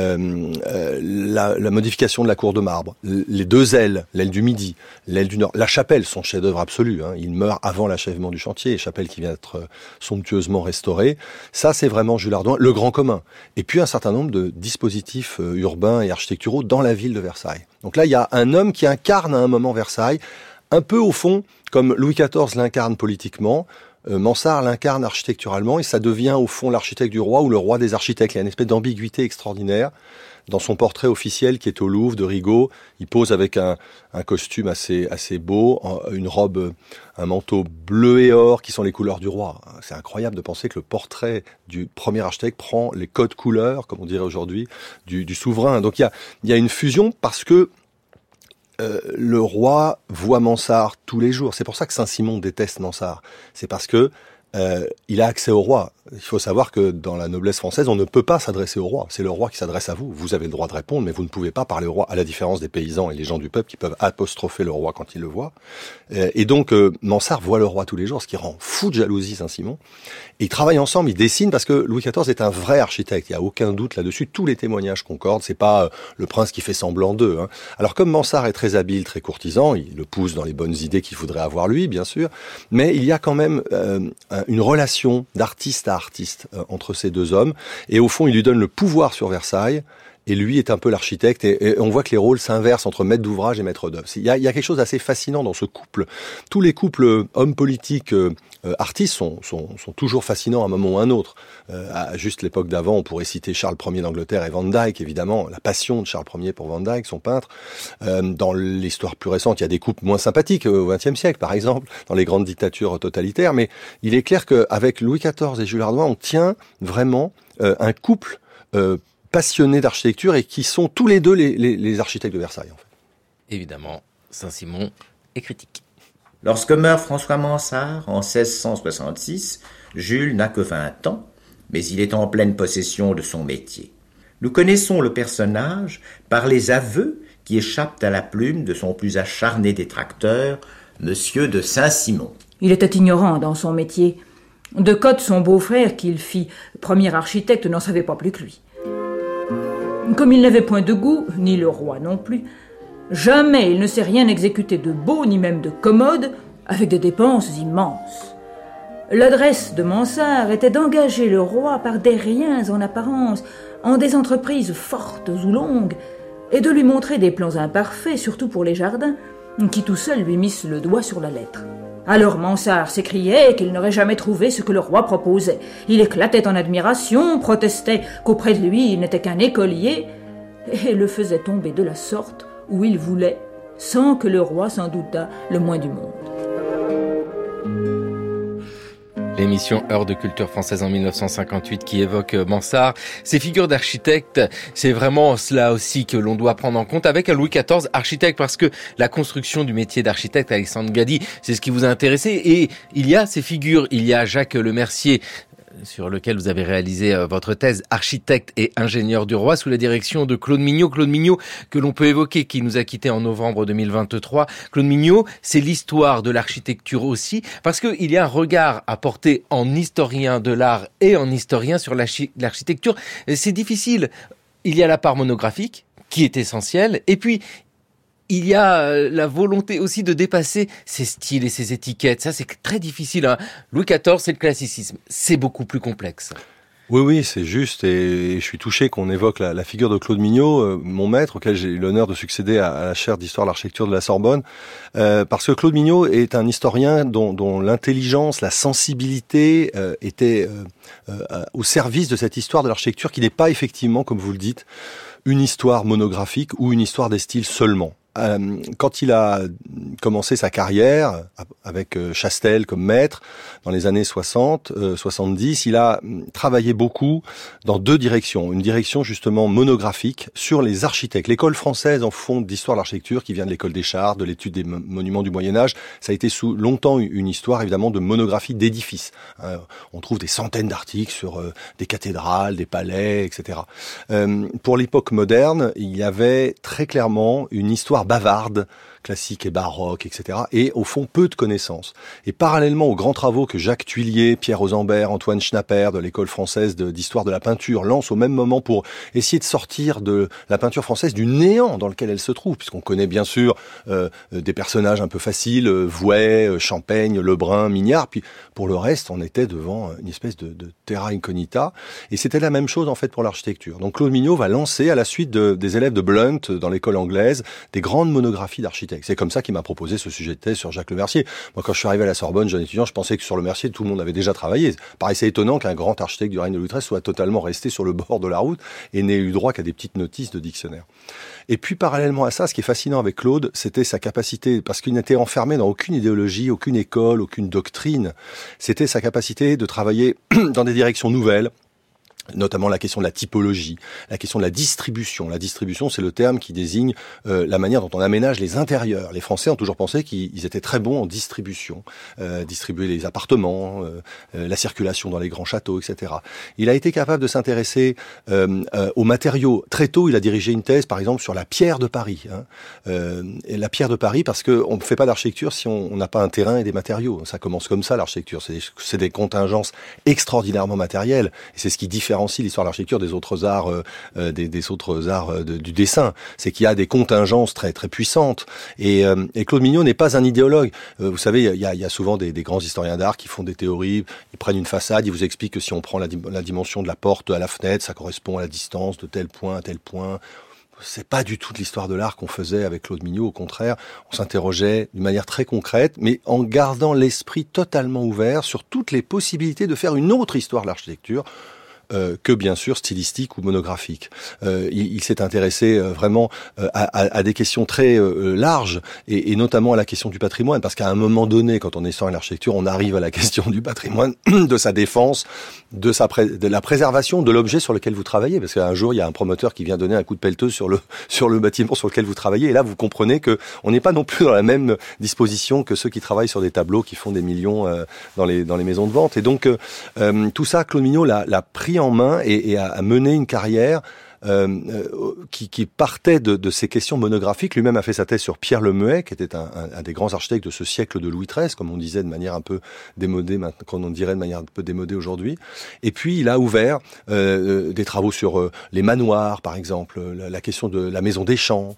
la modification de la cour de marbre, les deux ailes, l'aile du Midi, l'aile du Nord, la chapelle, son chef-d'œuvre absolu. Il meurt avant l'achèvement du chantier, chapelle qui vient d'être somptueusement restaurée. Ça, c'est vraiment Jules Hardouin, le grand commun. Et puis un certain nombre de dispositifs urbains et architecturaux dans la ville de Versailles. Donc là, il y a un homme qui incarne à un moment Versailles, un peu au fond, comme Louis XIV l'incarne politiquement, Mansart l'incarne architecturalement, et ça devient au fond l'architecte du roi ou le roi des architectes. Il y a une espèce d'ambiguïté extraordinaire. dans son portrait officiel qui est au Louvre de Rigaud, il pose avec un costume assez beau, une robe, un manteau bleu et or qui sont les couleurs du roi. C'est incroyable de penser que le portrait du premier architecte prend les codes couleurs, comme on dirait aujourd'hui, du souverain. Donc il y a une fusion parce que le roi voit Mansart tous les jours. C'est pour ça que Saint-Simon déteste Mansart. C'est parce que il a accès au roi. Il faut savoir que dans la noblesse française, on ne peut pas s'adresser au roi. C'est le roi qui s'adresse à vous. Vous avez le droit de répondre, mais vous ne pouvez pas parler au roi, à la différence des paysans et les gens du peuple qui peuvent apostropher le roi quand ils le voient. Et donc, Mansart voit le roi tous les jours, ce qui rend fou de jalousie Saint-Simon. Et ils travaillent ensemble, ils dessinent, parce que Louis XIV est un vrai architecte. Il n'y a aucun doute là-dessus. Tous les témoignages concordent. C'est pas le prince qui fait semblant d'eux. Hein. Alors, comme Mansart est très habile, très courtisan, il le pousse dans les bonnes idées qu'il voudrait avoir lui, bien sûr. Mais il y a quand même une relation d'artiste à artiste entre ces deux hommes, et au fond il lui donne le pouvoir sur Versailles, et lui est un peu l'architecte, et on voit que les rôles s'inversent entre maître d'ouvrage et maître d'œuvre. Il y a quelque chose d'assez fascinant dans ce couple. Tous les couples hommes politiques, artistes sont toujours fascinants à un moment ou à un autre. À juste l'époque d'avant, on pourrait citer Charles Ier d'Angleterre et Van Dyck, évidemment, la passion de Charles Ier pour Van Dyck, son peintre. Dans l'histoire plus récente, il y a des couples moins sympathiques, au XXe siècle par exemple, dans les grandes dictatures totalitaires, mais il est clair qu'avec Louis XIV et Jules Ardoin, on tient vraiment un couple passionnés d'architecture et qui sont tous les deux les architectes de Versailles, en fait. Évidemment, Saint-Simon est critique. Lorsque meurt François Mansart en 1666, Jules n'a que 20 ans, mais il est en pleine possession de son métier. Nous connaissons le personnage par les aveux qui échappent à la plume de son plus acharné détracteur, Monsieur de Saint-Simon. Il était ignorant dans son métier. De Cotte, son beau-frère, qu'il fit premier architecte, n'en savait pas plus que lui. Comme il n'avait point de goût, ni le roi non plus, jamais il ne sait rien exécuter de beau, ni même de commode, avec des dépenses immenses. L'adresse de Mansart était d'engager le roi par des riens en apparence, en des entreprises fortes ou longues, et de lui montrer des plans imparfaits, surtout pour les jardins, qui tout seuls lui missent le doigt sur la lettre. Alors Mansart s'écriait qu'il n'aurait jamais trouvé ce que le roi proposait. Il éclatait en admiration, protestait qu'auprès de lui il n'était qu'un écolier, et le faisait tomber de la sorte où il voulait, sans que le roi s'en doutât le moins du monde. L'émission Heure de culture française en 1958 qui évoque Mansart. Ces figures d'architectes, c'est vraiment cela aussi que l'on doit prendre en compte avec un Louis XIV architecte, parce que la construction du métier d'architecte, Alexandre Gady, c'est ce qui vous a intéressé. Et il y a ces figures, il y a Jacques Lemercier, sur lequel vous avez réalisé votre thèse, architecte et ingénieur du roi, sous la direction de Claude Mignot. Claude Mignot, que l'on peut évoquer, qui nous a quittés en novembre 2023. Claude Mignot, c'est l'histoire de l'architecture aussi, parce qu'il y a un regard à porter en historien de l'art et en historien sur l'architecture. C'est difficile. Il y a la part monographique, qui est essentielle, et puis il y a la volonté aussi de dépasser ces styles et ces étiquettes. Ça, c'est très difficile. Hein. Louis XIV, c'est le classicisme. C'est beaucoup plus complexe. Oui, c'est juste. Et je suis touché qu'on évoque la figure de Claude Mignot, mon maître, auquel j'ai eu l'honneur de succéder à la chaire d'histoire de l'architecture de la Sorbonne. Parce que Claude Mignot est un historien dont l'intelligence, la sensibilité était au service de cette histoire de l'architecture qui n'est pas effectivement, comme vous le dites, une histoire monographique ou une histoire des styles seulement. Quand il a commencé sa carrière avec Chastel comme maître dans les années 70, il a travaillé beaucoup dans deux directions. Une direction justement monographique sur les architectes. L'école française en fond d'histoire de l'architecture qui vient de l'école des Chartes, de l'étude des monuments du Moyen-Âge, ça a été longtemps une histoire évidemment de monographie d'édifices. On trouve des centaines d'articles sur des cathédrales, des palais, etc. Pour l'époque moderne, il y avait très clairement une histoire bavarde, classique et baroque, etc. Et au fond, peu de connaissances. Et parallèlement aux grands travaux que Jacques Thuillier, Pierre Rosembert, Antoine Schnapper de l'école française d'histoire de la peinture lancent au même moment pour essayer de sortir de la peinture française du néant dans lequel elle se trouve, puisqu'on connaît bien sûr des personnages un peu faciles, Vouet, Champaigne, Lebrun, Mignard, puis pour le reste, on était devant une espèce de terra incognita, et c'était la même chose en fait pour l'architecture. Donc Claude Mignot va lancer, à la suite des élèves de Blount dans l'école anglaise, des grandes monographies d'architecture. architecte. C'est comme ça qu'il m'a proposé ce sujet de thèse sur Jacques Lemercier. Moi, quand je suis arrivé à la Sorbonne, jeune étudiant, je pensais que sur Lemercier, tout le monde avait déjà travaillé. Pareil, c'est étonnant qu'un grand architecte du règne de Louis XIII soit totalement resté sur le bord de la route et n'ait eu droit qu'à des petites notices de dictionnaire. Et puis, parallèlement à ça, ce qui est fascinant avec Claude, c'était sa capacité, parce qu'il n'était enfermé dans aucune idéologie, aucune école, aucune doctrine, c'était sa capacité de travailler dans des directions nouvelles, notamment la question de la typologie, la question de la distribution. La distribution, c'est le terme qui désigne la manière dont on aménage les intérieurs. Les Français ont toujours pensé qu'ils étaient très bons en distribution, distribuer les appartements, la circulation dans les grands châteaux, etc. Il a été capable de s'intéresser aux matériaux. Très tôt, il a dirigé une thèse, par exemple, sur la pierre de Paris. Et la pierre de Paris, parce qu'on ne fait pas d'architecture si on n'a pas un terrain et des matériaux. Ça commence comme ça, l'architecture. C'est des contingences extraordinairement matérielles. Et c'est ce qui différencie l'histoire de l'architecture des autres arts, des autres arts du dessin. C'est qu'il y a des contingences très très puissantes. Et Claude Mignot n'est pas un idéologue. Vous savez, il y a souvent des grands historiens d'art qui font des théories. Ils prennent une façade, ils vous expliquent que si on prend la dimension de la porte à la fenêtre, ça correspond à la distance de tel point à tel point. C'est pas du tout de l'histoire de l'art qu'on faisait avec Claude Mignot. Au contraire, on s'interrogeait d'une manière très concrète, mais en gardant l'esprit totalement ouvert sur toutes les possibilités de faire une autre histoire de l'architecture. Que bien sûr stylistique ou monographique. Il s'est intéressé vraiment à des questions très larges et notamment à la question du patrimoine, parce qu'à un moment donné, quand on est sur l'architecture, on arrive à la question du patrimoine, de sa défense, de la préservation de l'objet sur lequel vous travaillez, parce qu'un jour il y a un promoteur qui vient donner un coup de pelleteuse sur le bâtiment sur lequel vous travaillez, et là vous comprenez que on n'est pas non plus dans la même disposition que ceux qui travaillent sur des tableaux qui font des millions dans les maisons de vente. Et donc tout ça, Claude Mignot l'a pris en main et a mené une carrière qui partait de ces questions monographiques. Lui-même a fait sa thèse sur Pierre Lemuet, qui était un des grands architectes de ce siècle de Louis XIII, comme on disait de manière un peu démodée, qu'on dirait de manière un peu démodée aujourd'hui. Et puis il a ouvert des travaux sur les manoirs, par exemple, la question de la maison des champs,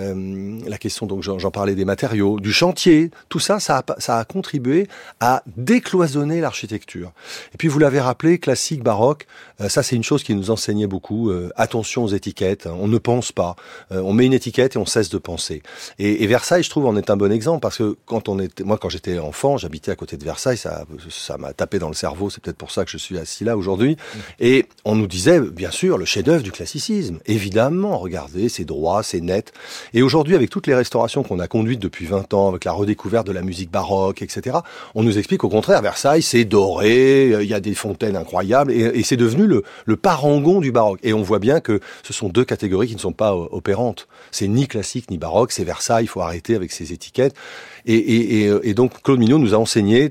la question, donc j'en parlais, des matériaux, du chantier. Tout ça, ça a contribué à décloisonner l'architecture. Et puis vous l'avez rappelé, classique, baroque, ça c'est une chose qui nous enseignait beaucoup. Attention aux étiquettes, on ne pense pas. On met une étiquette et on cesse de penser. Et Versailles, je trouve, en est un bon exemple, parce que moi, quand j'étais enfant, j'habitais à côté de Versailles, ça m'a tapé dans le cerveau, c'est peut-être pour ça que je suis assis là aujourd'hui. Et on nous disait, bien sûr, le chef-d'œuvre du classicisme. Évidemment, regardez, c'est droit, c'est net. Et aujourd'hui, avec toutes les restaurations qu'on a conduites depuis 20 ans, avec la redécouverte de la musique baroque, etc., on nous explique au contraire, Versailles, c'est doré, il y a des fontaines incroyables, et c'est devenu le parangon du baroque. Et on voit bien que ce sont deux catégories qui ne sont pas opérantes. C'est ni classique ni baroque, c'est Versailles, il faut arrêter avec ces étiquettes. Et donc Claude Mignot nous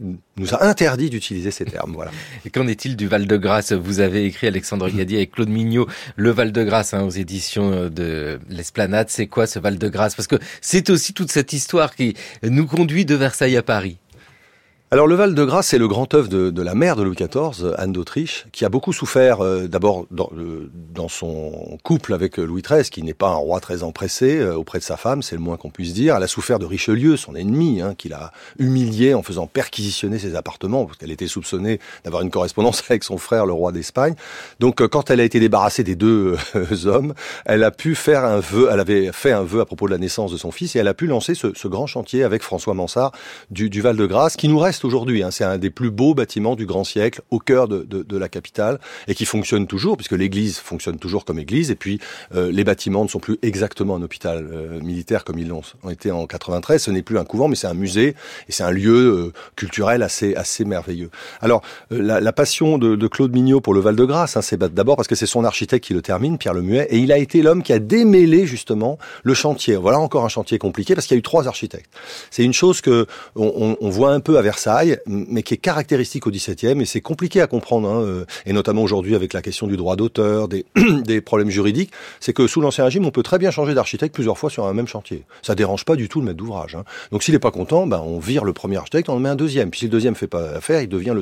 a interdit d'utiliser ces termes. Voilà. Et qu'en est-il du Val-de-Grâce ? Vous avez écrit, Alexandre Gadier, avec Claude Mignot, le Val-de-Grâce, aux éditions de l'Esplanade. C'est quoi ce Val-de-Grâce ? Parce que c'est aussi toute cette histoire qui nous conduit de Versailles à Paris. Alors le Val-de-Grâce, c'est le grand œuvre de la mère de Louis XIV, Anne d'Autriche, qui a beaucoup souffert d'abord dans son couple avec Louis XIII, qui n'est pas un roi très empressé auprès de sa femme, c'est le moins qu'on puisse dire. Elle a souffert de Richelieu, son ennemi, qui l'a humilié en faisant perquisitionner ses appartements, parce qu'elle était soupçonnée d'avoir une correspondance avec son frère, le roi d'Espagne. Donc quand elle a été débarrassée des deux hommes, elle a pu faire un vœu, elle avait fait un vœu à propos de la naissance de son fils, et elle a pu lancer ce grand chantier avec François Mansart du Val-de-Grâce, qui nous reste aujourd'hui. C'est un des plus beaux bâtiments du grand siècle, au cœur de la capitale, et qui fonctionne toujours, puisque l'église fonctionne toujours comme église, et puis les bâtiments ne sont plus exactement un hôpital militaire comme ils l'ont été en 93. Ce n'est plus un couvent, mais c'est un musée, et c'est un lieu culturel assez merveilleux. Alors, la passion de Claude Mignot pour le Val-de-Grâce, c'est d'abord parce que c'est son architecte qui le termine, Pierre Lemuet, et il a été l'homme qui a démêlé justement le chantier. Voilà encore un chantier compliqué, parce qu'il y a eu 3 architectes. C'est une chose que on voit un peu à Versailles, mais qui est caractéristique au XVIIe, et c'est compliqué à comprendre, et notamment aujourd'hui avec la question du droit d'auteur, des problèmes juridiques, c'est que sous l'Ancien Régime, on peut très bien changer d'architecte plusieurs fois sur un même chantier. Ça dérange pas du tout le maître d'ouvrage. Donc s'il est pas content, on vire le premier architecte, on en met un deuxième. Puis si le deuxième fait pas affaire, il devient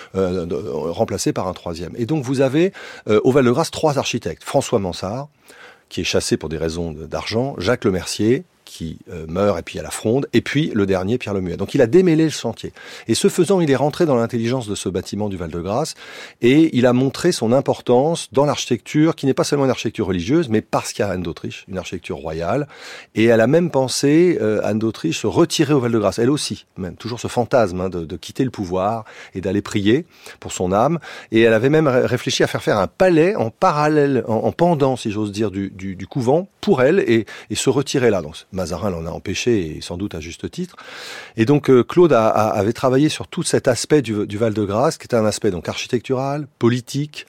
remplacé par un troisième. Et donc vous avez au Val-de-Grâce 3 architectes. François Mansart, qui est chassé pour des raisons d'argent, Jacques Lemercier, qui meurt, et puis il y a la Fronde, et puis le dernier, Pierre le Muet. Donc il a démêlé le chantier. Et ce faisant, il est rentré dans l'intelligence de ce bâtiment du Val-de-Grâce, et il a montré son importance dans l'architecture, qui n'est pas seulement une architecture religieuse, mais parce qu'il y a Anne d'Autriche, une architecture royale. Et elle a même pensé, Anne d'Autriche, se retirer au Val-de-Grâce, elle aussi, même toujours ce fantasme de quitter le pouvoir et d'aller prier pour son âme. Et elle avait même réfléchi à faire un palais en parallèle, en pendant, si j'ose dire, du couvent pour elle, et se retirer là. Donc Mazarin l'en a empêché, et sans doute à juste titre. Et donc Claude avait travaillé sur tout cet aspect du Val-de-Grâce, qui était un aspect donc architectural, politique,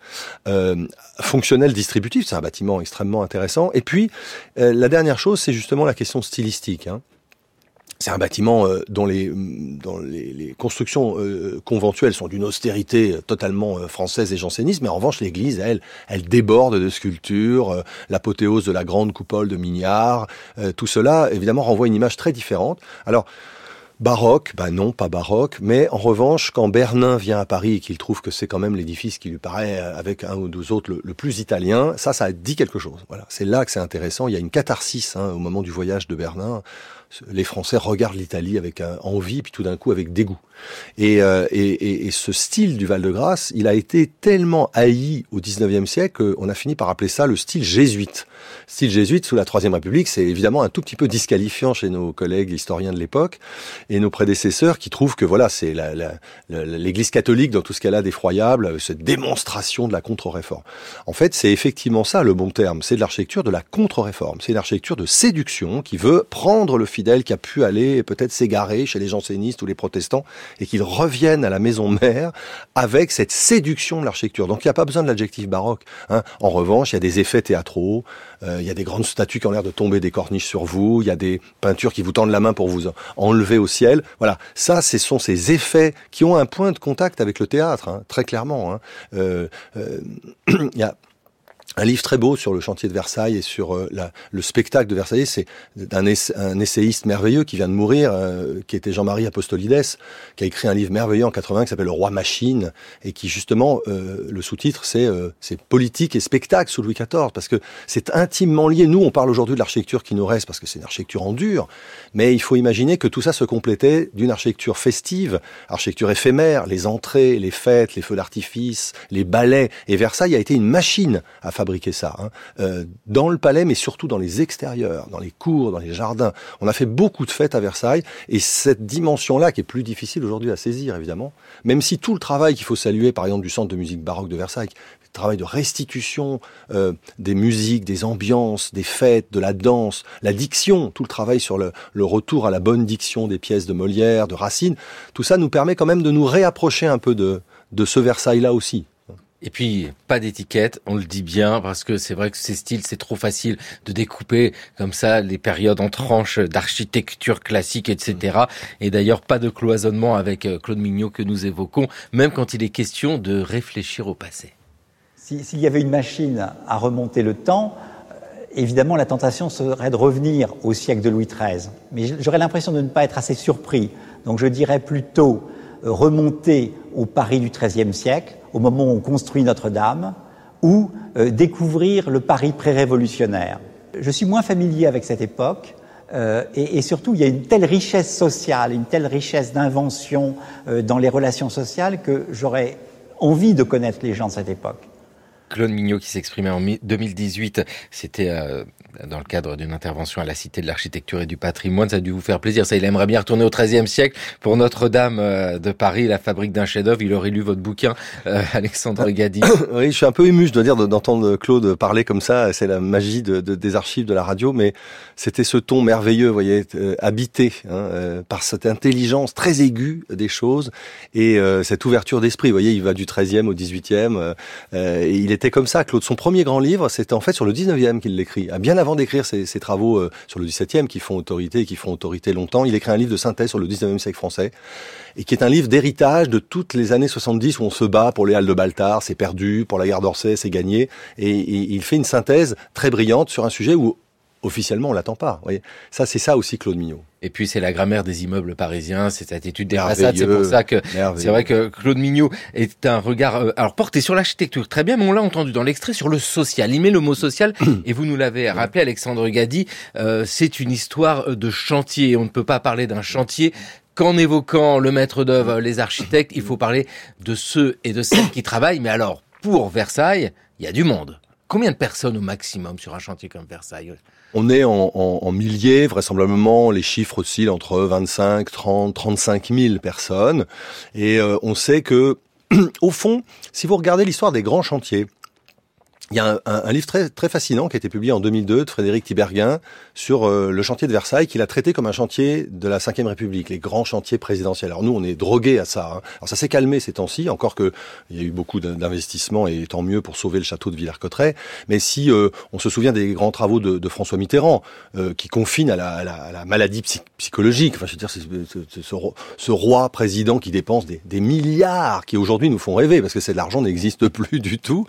fonctionnel, distributif. C'est un bâtiment extrêmement intéressant. Et puis la dernière chose, c'est justement la question stylistique. C'est un bâtiment dont les constructions conventuelles sont d'une austérité totalement française et janséniste, mais en revanche l'église, elle déborde de sculptures, l'apothéose de la grande coupole de Mignard, tout cela évidemment renvoie une image très différente. Alors baroque, non, pas baroque, mais en revanche, quand Bernin vient à Paris et qu'il trouve que c'est quand même l'édifice qui lui paraît, avec un ou deux autres, le plus italien, ça dit quelque chose. Voilà, c'est là que c'est intéressant. Il y a une catharsis au moment du voyage de Bernin. Les Français regardent l'Italie avec envie, puis tout d'un coup avec dégoût. Et ce style du Val-de-Grâce, il a été tellement haï au XIXe siècle qu'on a fini par appeler ça le style jésuite. Style jésuite sous la Troisième République, c'est évidemment un tout petit peu disqualifiant chez nos collègues historiens de l'époque et nos prédécesseurs qui trouvent que voilà, c'est l'Église catholique dans tout ce qu'elle a d'effroyable, cette démonstration de la contre-réforme. En fait, c'est effectivement ça le bon terme, c'est de l'architecture de la contre-réforme, c'est une architecture de séduction qui veut prendre le fidèle qui a pu aller peut-être s'égarer chez les jansénistes ou les protestants et qu'ils reviennent à la maison mère avec cette séduction de l'architecture. Donc il n'y a pas besoin de l'adjectif baroque. En revanche, il y a des effets théâtraux, il y a des grandes statues qui ont l'air de tomber des corniches sur vous, il y a des peintures qui vous tendent la main pour vous enlever au ciel. Voilà, ça, ce sont ces effets qui ont un point de contact avec le théâtre, très clairement. Il y a un livre très beau sur le chantier de Versailles et sur le spectacle de Versailles. C'est un essayiste merveilleux qui vient de mourir, qui était Jean-Marie Apostolides, qui a écrit un livre merveilleux en 80 qui s'appelle Le Roi Machine, et qui justement, le sous-titre, c'est politique et spectacle sous Louis XIV, parce que c'est intimement lié. Nous, on parle aujourd'hui de l'architecture qui nous reste, parce que c'est une architecture en dur, mais il faut imaginer que tout ça se complétait d'une architecture festive, architecture éphémère, les entrées, les fêtes, les feux d'artifice, les ballets, et Versailles a été une machine à fabriquer ça, dans le palais, mais surtout dans les extérieurs, dans les cours, dans les jardins. On a fait beaucoup de fêtes à Versailles, et cette dimension-là, qui est plus difficile aujourd'hui à saisir, évidemment, même si tout le travail qu'il faut saluer, par exemple, du Centre de musique baroque de Versailles, le travail de restitution des musiques, des ambiances, des fêtes, de la danse, la diction, tout le travail sur le retour à la bonne diction des pièces de Molière, de Racine, tout ça nous permet quand même de nous réapprocher un peu de ce Versailles-là aussi. Et puis, pas d'étiquette, on le dit bien, parce que c'est vrai que ces styles, c'est trop facile de découper comme ça les périodes en tranches d'architecture classique, etc. Et d'ailleurs, pas de cloisonnement avec Claude Mignot que nous évoquons, même quand il est question de réfléchir au passé. S'il y avait une machine à remonter le temps, évidemment, la tentation serait de revenir au siècle de Louis XIII. Mais j'aurais l'impression de ne pas être assez surpris. Donc je dirais plutôt remonter au Paris du XIIIe siècle, au moment où on construit Notre-Dame, ou découvrir le Paris pré-révolutionnaire. Je suis moins familier avec cette époque, et surtout il y a une telle richesse sociale, une telle richesse d'invention dans les relations sociales que j'aurais envie de connaître les gens de cette époque. Claude Mignot qui s'exprimait en 2018, c'était dans le cadre d'une intervention à la Cité de l'Architecture et du Patrimoine. Ça a dû vous faire plaisir. Ça, il aimerait bien retourner au XIIIe siècle pour Notre-Dame de Paris, la fabrique d'un chef-d'œuvre. Il aurait lu votre bouquin, Alexandre Gadi. Oui, je suis un peu ému, je dois dire, d'entendre Claude parler comme ça. C'est la magie des archives de la radio, mais c'était ce ton merveilleux, vous voyez, habité par cette intelligence très aiguë des choses et cette ouverture d'esprit. Vous voyez, il va du XIIIe au XVIIIe. Et il était comme ça, Claude. Son premier grand livre, c'était en fait sur le XIXe qu'il l'écrit. Bien avant d'écrire ses travaux sur le XVIIe qui font autorité longtemps, il écrit un livre de synthèse sur le XIXe siècle français et qui est un livre d'héritage de toutes les années 70 où on se bat pour les Halles de Baltard, c'est perdu, pour la gare d'Orsay, c'est gagné. Et il fait une synthèse très brillante sur un sujet où officiellement on l'attend pas. Vous voyez, ça c'est ça aussi Claude Mignot. Et puis c'est la grammaire des immeubles parisiens, c'est cette étude des façades, c'est pour ça que c'est vrai que Claude Mignot est un regard alors porté sur l'architecture, très bien, mais on l'a entendu dans l'extrait sur le social. Il met le mot social et vous nous l'avez rappelé, Alexandre Gady, c'est une histoire de chantier. On ne peut pas parler d'un chantier qu'en évoquant le maître d'œuvre, les architectes. Il faut parler de ceux et de celles qui travaillent. Mais alors, pour Versailles, il y a du monde. Combien de personnes au maximum sur un chantier comme Versailles ? On est en milliers, vraisemblablement, les chiffres oscillent entre 25, 30, 35 000 personnes. Et on sait que, au fond, si vous regardez l'histoire des grands chantiers, il y a un livre très, très fascinant qui a été publié en 2002 de Frédéric Tiberghien sur le chantier de Versailles, qu'il a traité comme un chantier de la Ve République, les grands chantiers présidentiels. Alors nous, on est drogués à ça. Hein. Alors ça s'est calmé ces temps-ci, encore que il y a eu beaucoup d'investissements et tant mieux pour sauver le château de Villers-Cotterêts. Mais si on se souvient des grands travaux de François Mitterrand, qui confinent à la maladie psychologique. Enfin, je veux dire, c'est ce roi président qui dépense des milliards qui aujourd'hui nous font rêver parce que l'argent n'existe plus du tout.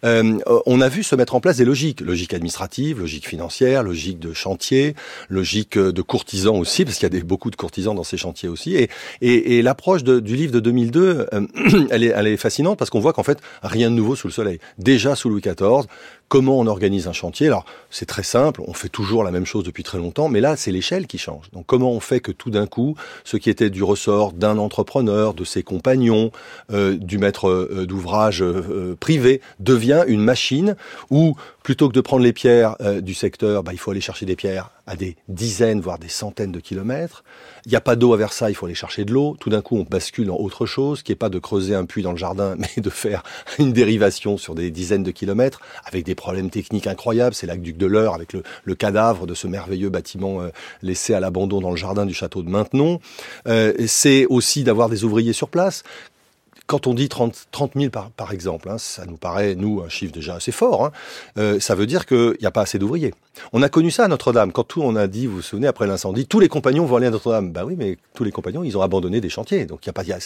On a vu se mettre en place des logiques administratives, logiques financières, logiques de chantier, logiques de courtisans aussi, parce qu'il y a beaucoup de courtisans dans ces chantiers aussi. Et l'approche du livre de 2002, elle est fascinante parce qu'on voit qu'en fait, rien de nouveau sous le soleil. Déjà sous Louis XIV, comment on organise un chantier? Alors, c'est très simple, on fait toujours la même chose depuis très longtemps, mais là, c'est l'échelle qui change. Donc, comment on fait que tout d'un coup, ce qui était du ressort d'un entrepreneur, de ses compagnons, du maître d'ouvrage privé, devient une machine où, plutôt que de prendre les pierres du secteur, il faut aller chercher des pierres à des dizaines, voire des centaines de kilomètres. Il n'y a pas d'eau à Versailles, il faut aller chercher de l'eau. Tout d'un coup, on bascule dans autre chose, qui n'est pas de creuser un puits dans le jardin, mais de faire une dérivation sur des dizaines de kilomètres, avec des problèmes techniques incroyables. C'est l'aqueduc de l'Eure, avec le cadavre de ce merveilleux bâtiment laissé à l'abandon dans le jardin du château de Maintenon. C'est aussi d'avoir des ouvriers sur place. Quand on dit 30 000 par exemple, ça nous paraît, nous, un chiffre déjà assez fort, ça veut dire qu'il n'y a pas assez d'ouvriers. On a connu ça à Notre-Dame, quand on a dit, vous vous souvenez, après l'incendie, tous les compagnons vont aller à Notre-Dame. Oui, mais tous les compagnons, ils ont abandonné des chantiers. Donc,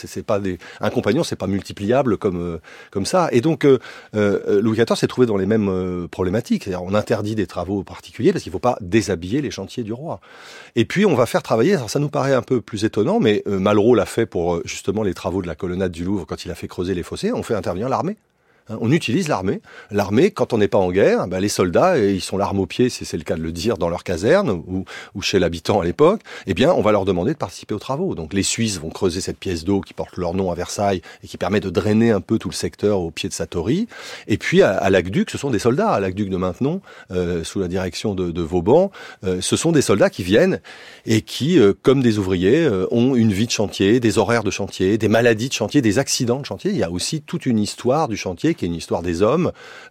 un compagnon, c'est pas multipliable comme ça. Et donc, Louis XIV s'est trouvé dans les mêmes problématiques. C'est-à-dire, on interdit des travaux particuliers parce qu'il ne faut pas déshabiller les chantiers du roi. Et puis, on va faire travailler, alors ça nous paraît un peu plus étonnant, mais Malraux l'a fait pour justement les travaux de la colonnade du Louvre quand il a fait creuser les fossés, on fait intervenir l'armée. On utilise l'armée. L'armée, quand on n'est pas en guerre, les soldats, ils sont l'arme au pied, si c'est le cas de le dire, dans leur caserne ou chez l'habitant à l'époque, on va leur demander de participer aux travaux. Donc les Suisses vont creuser cette pièce d'eau qui porte leur nom à Versailles et qui permet de drainer un peu tout le secteur au pied de sa torii. Et puis à l'aqueduc, ce sont des soldats. À l'aqueduc de Maintenon, sous la direction de Vauban, ce sont des soldats qui viennent et qui, comme des ouvriers, ont une vie de chantier, des horaires de chantier, des maladies de chantier, des accidents de chantier. Il y a aussi toute une histoire du chantier qui est une histoire des hommes,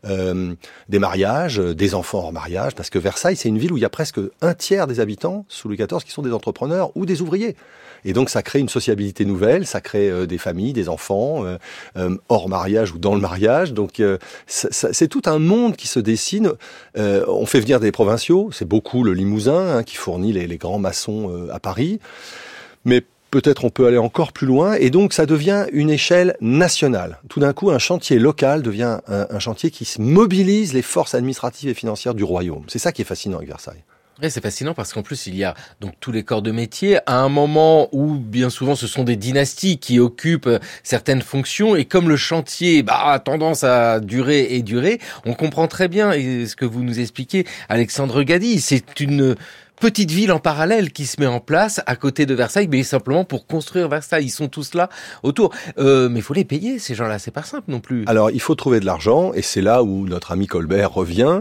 des mariages, des enfants hors mariage, parce que Versailles, c'est une ville où il y a presque un tiers des habitants, sous Louis XIV, qui sont des entrepreneurs ou des ouvriers. Et donc ça crée une sociabilité nouvelle, ça crée des familles, des enfants, hors mariage ou dans le mariage. Donc c'est tout un monde qui se dessine. On fait venir des provinciaux, c'est beaucoup le Limousin qui fournit les grands maçons à Paris. Mais peut-être on peut aller encore plus loin, et donc ça devient une échelle nationale. Tout d'un coup, un chantier local devient un chantier qui mobilise les forces administratives et financières du royaume. C'est ça qui est fascinant avec Versailles. Oui, c'est fascinant parce qu'en plus, il y a donc tous les corps de métier à un moment où, bien souvent, ce sont des dynasties qui occupent certaines fonctions, et comme le chantier a tendance à durer, on comprend très bien, et ce que vous nous expliquez, Alexandre Gady, c'est une petite ville en parallèle qui se met en place à côté de Versailles, mais simplement pour construire Versailles. Ils sont tous là autour. Mais il faut les payer, ces gens-là. C'est pas simple non plus. Alors, il faut trouver de l'argent, et c'est là où notre ami Colbert revient.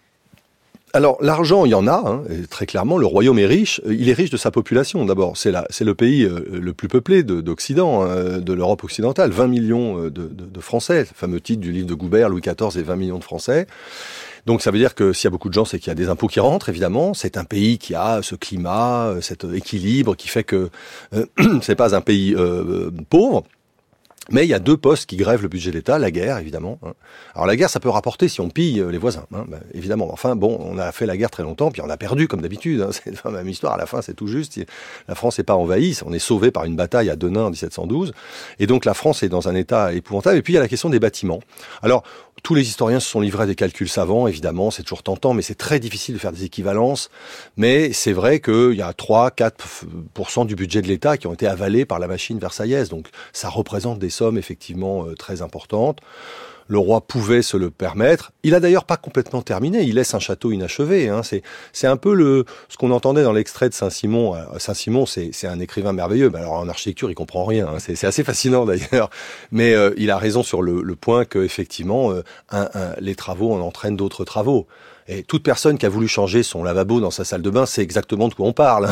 Alors, l'argent, il y en a, très clairement. Le royaume est riche. Il est riche de sa population, d'abord. C'est le pays le plus peuplé d'Occident, de l'Europe occidentale. 20 millions de Français. Le fameux titre du livre de Goubert, Louis XIV et 20 millions de Français. Donc ça veut dire que s'il y a beaucoup de gens, c'est qu'il y a des impôts qui rentrent, évidemment. C'est un pays qui a ce climat, cet équilibre qui fait que c'est pas un pays pauvre. Mais il y a 2 postes qui grèvent le budget de l'État, la guerre, évidemment. Alors la guerre, ça peut rapporter si on pille les voisins, évidemment. Enfin, bon, on a fait la guerre très longtemps, puis on a perdu, comme d'habitude. C'est la même histoire, à la fin, c'est tout juste. La France n'est pas envahie, on est sauvé par une bataille à Denain en 1712. Et donc la France est dans un état épouvantable. Et puis il y a la question des bâtiments. Alors, tous les historiens se sont livrés à des calculs savants, évidemment, c'est toujours tentant, mais c'est très difficile de faire des équivalences. Mais c'est vrai qu'il y a 3-4% du budget de l'État qui ont été avalés par la machine versaillaise. Donc ça représente des sommes effectivement très importantes. Le roi pouvait se le permettre. Il a d'ailleurs pas complètement terminé. Il laisse un château inachevé. C'est un peu ce qu'on entendait dans l'extrait de Saint-Simon. Saint-Simon, c'est un écrivain merveilleux. Alors en architecture, il comprend rien. C'est assez fascinant d'ailleurs. Mais il a raison sur le point que effectivement, les travaux en entraînent d'autres travaux. Et toute personne qui a voulu changer son lavabo dans sa salle de bain sait exactement de quoi on parle.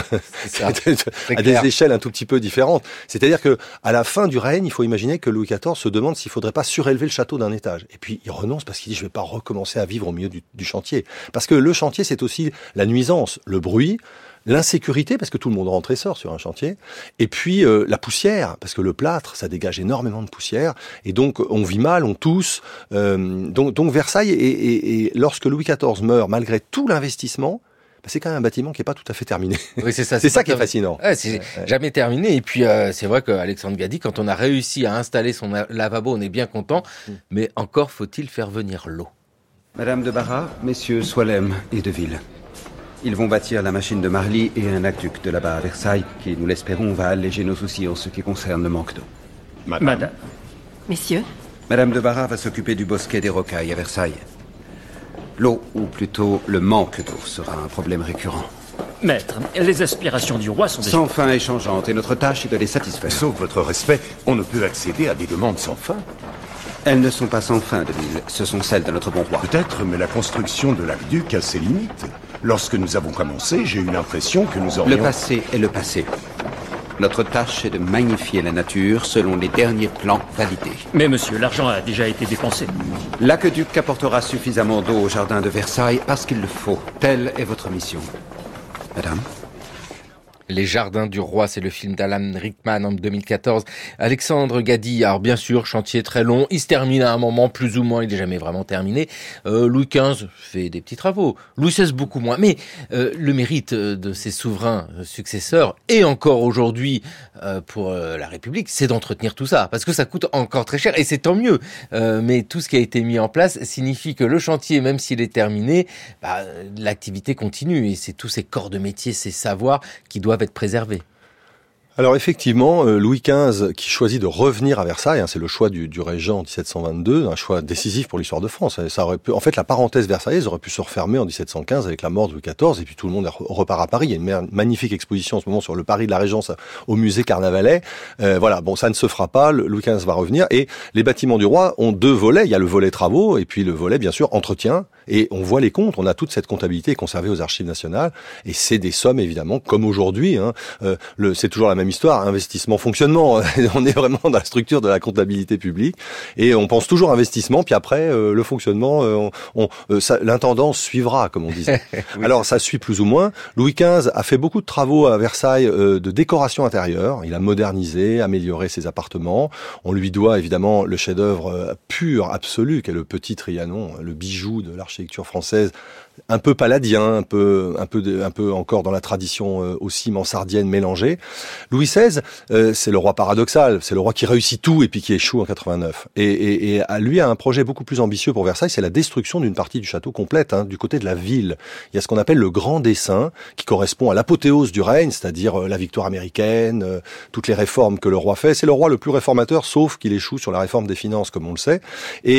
À des échelles un tout petit peu différentes. C'est-à-dire que à la fin du règne, il faut imaginer que Louis XIV se demande s'il faudrait pas surélever le château d'un étage. Et puis il renonce parce qu'il dit je vais pas recommencer à vivre au milieu du chantier. Parce que le chantier, c'est aussi la nuisance, le bruit, l'insécurité, parce que tout le monde rentre et sort sur un chantier, et puis la poussière, parce que le plâtre, ça dégage énormément de poussière, et donc on vit mal, on tousse. Donc Versailles, et lorsque Louis XIV meurt, malgré tout l'investissement, c'est quand même un bâtiment qui est pas tout à fait terminé. Oui, c'est ça. C'est ça qui est fascinant. Ouais, c'est jamais terminé. Et puis, c'est vrai qu'Alexandre Gady, quand on a réussi à installer son lavabo, on est bien content, mais encore faut-il faire venir l'eau. Madame de Barras, messieurs Soilem et Deville. Ils vont bâtir la machine de Marly et un aqueduc de là-bas à Versailles, qui, nous l'espérons, va alléger nos soucis en ce qui concerne le manque d'eau. Madame. Messieurs. Madame de Barras va s'occuper du bosquet des Rocailles à Versailles. L'eau, ou plutôt le manque d'eau, sera un problème récurrent. Maître, les aspirations du roi sont sans fin et changeantes, et notre tâche est de les satisfaire. Sauf votre respect, on ne peut accéder à des demandes sans fin. Elles ne sont pas sans fin, Deville. Ce sont celles de notre bon roi. Peut-être, mais la construction de l'aqueduc a ses limites. Lorsque nous avons commencé, j'ai eu l'impression que nous aurions... Le passé est le passé. Notre tâche est de magnifier la nature selon les derniers plans validés. Mais monsieur, l'argent a déjà été dépensé. L'aqueduc apportera suffisamment d'eau au jardin de Versailles parce qu'il le faut. Telle est votre mission. Madame ? Les Jardins du Roi, c'est le film d'Alan Rickman en 2014. Alexandre Gady, alors bien sûr, chantier très long. Il se termine à un moment, plus ou moins, il n'est jamais vraiment terminé. Louis XV fait des petits travaux. Louis XVI beaucoup moins. Mais le mérite de ses souverains successeurs, et encore aujourd'hui pour la République, c'est d'entretenir tout ça. Parce que ça coûte encore très cher, et c'est tant mieux. Mais tout ce qui a été mis en place signifie que le chantier, même s'il est terminé, l'activité continue. Et c'est tous ces corps de métier, ces savoirs qui doivent être préservés. Alors effectivement, Louis XV qui choisit de revenir à Versailles, c'est le choix du régent en 1722, un choix décisif pour l'histoire de France. Ça aurait pu, en fait, la parenthèse versaillaise aurait pu se refermer en 1715 avec la mort de Louis XIV, et puis tout le monde repart à Paris. Il y a une magnifique exposition en ce moment sur le Paris de la Régence au musée Carnavalet. Voilà, bon, ça ne se fera pas. Louis XV va revenir, et les bâtiments du roi ont 2 volets. Il y a le volet travaux, et puis le volet, bien sûr, entretien. Et on voit les comptes. On a toute cette comptabilité conservée aux Archives nationales, et c'est des sommes évidemment comme aujourd'hui. C'est toujours la même histoire, investissement, fonctionnement. On est vraiment dans la structure de la comptabilité publique, et on pense toujours investissement, puis après le fonctionnement, l'intendance suivra, comme on disait. Oui. Alors ça suit plus ou moins. Louis XV a fait beaucoup de travaux à Versailles de décoration intérieure. Il a modernisé, amélioré ses appartements. On lui doit évidemment le chef-d'œuvre pur, absolu, qu'est le Petit Trianon, le bijou de l'architecture française, un peu palladien, un peu encore dans la tradition aussi mansardienne mélangée. Louis XVI, c'est le roi paradoxal, c'est le roi qui réussit tout et puis qui échoue en 89. Et lui a un projet beaucoup plus ambitieux pour Versailles, c'est la destruction d'une partie du château complète, du côté de la ville. Il y a ce qu'on appelle le Grand Dessein, qui correspond à l'apothéose du règne, c'est-à-dire la victoire américaine, toutes les réformes que le roi fait. C'est le roi le plus réformateur, sauf qu'il échoue sur la réforme des finances, comme on le sait. Et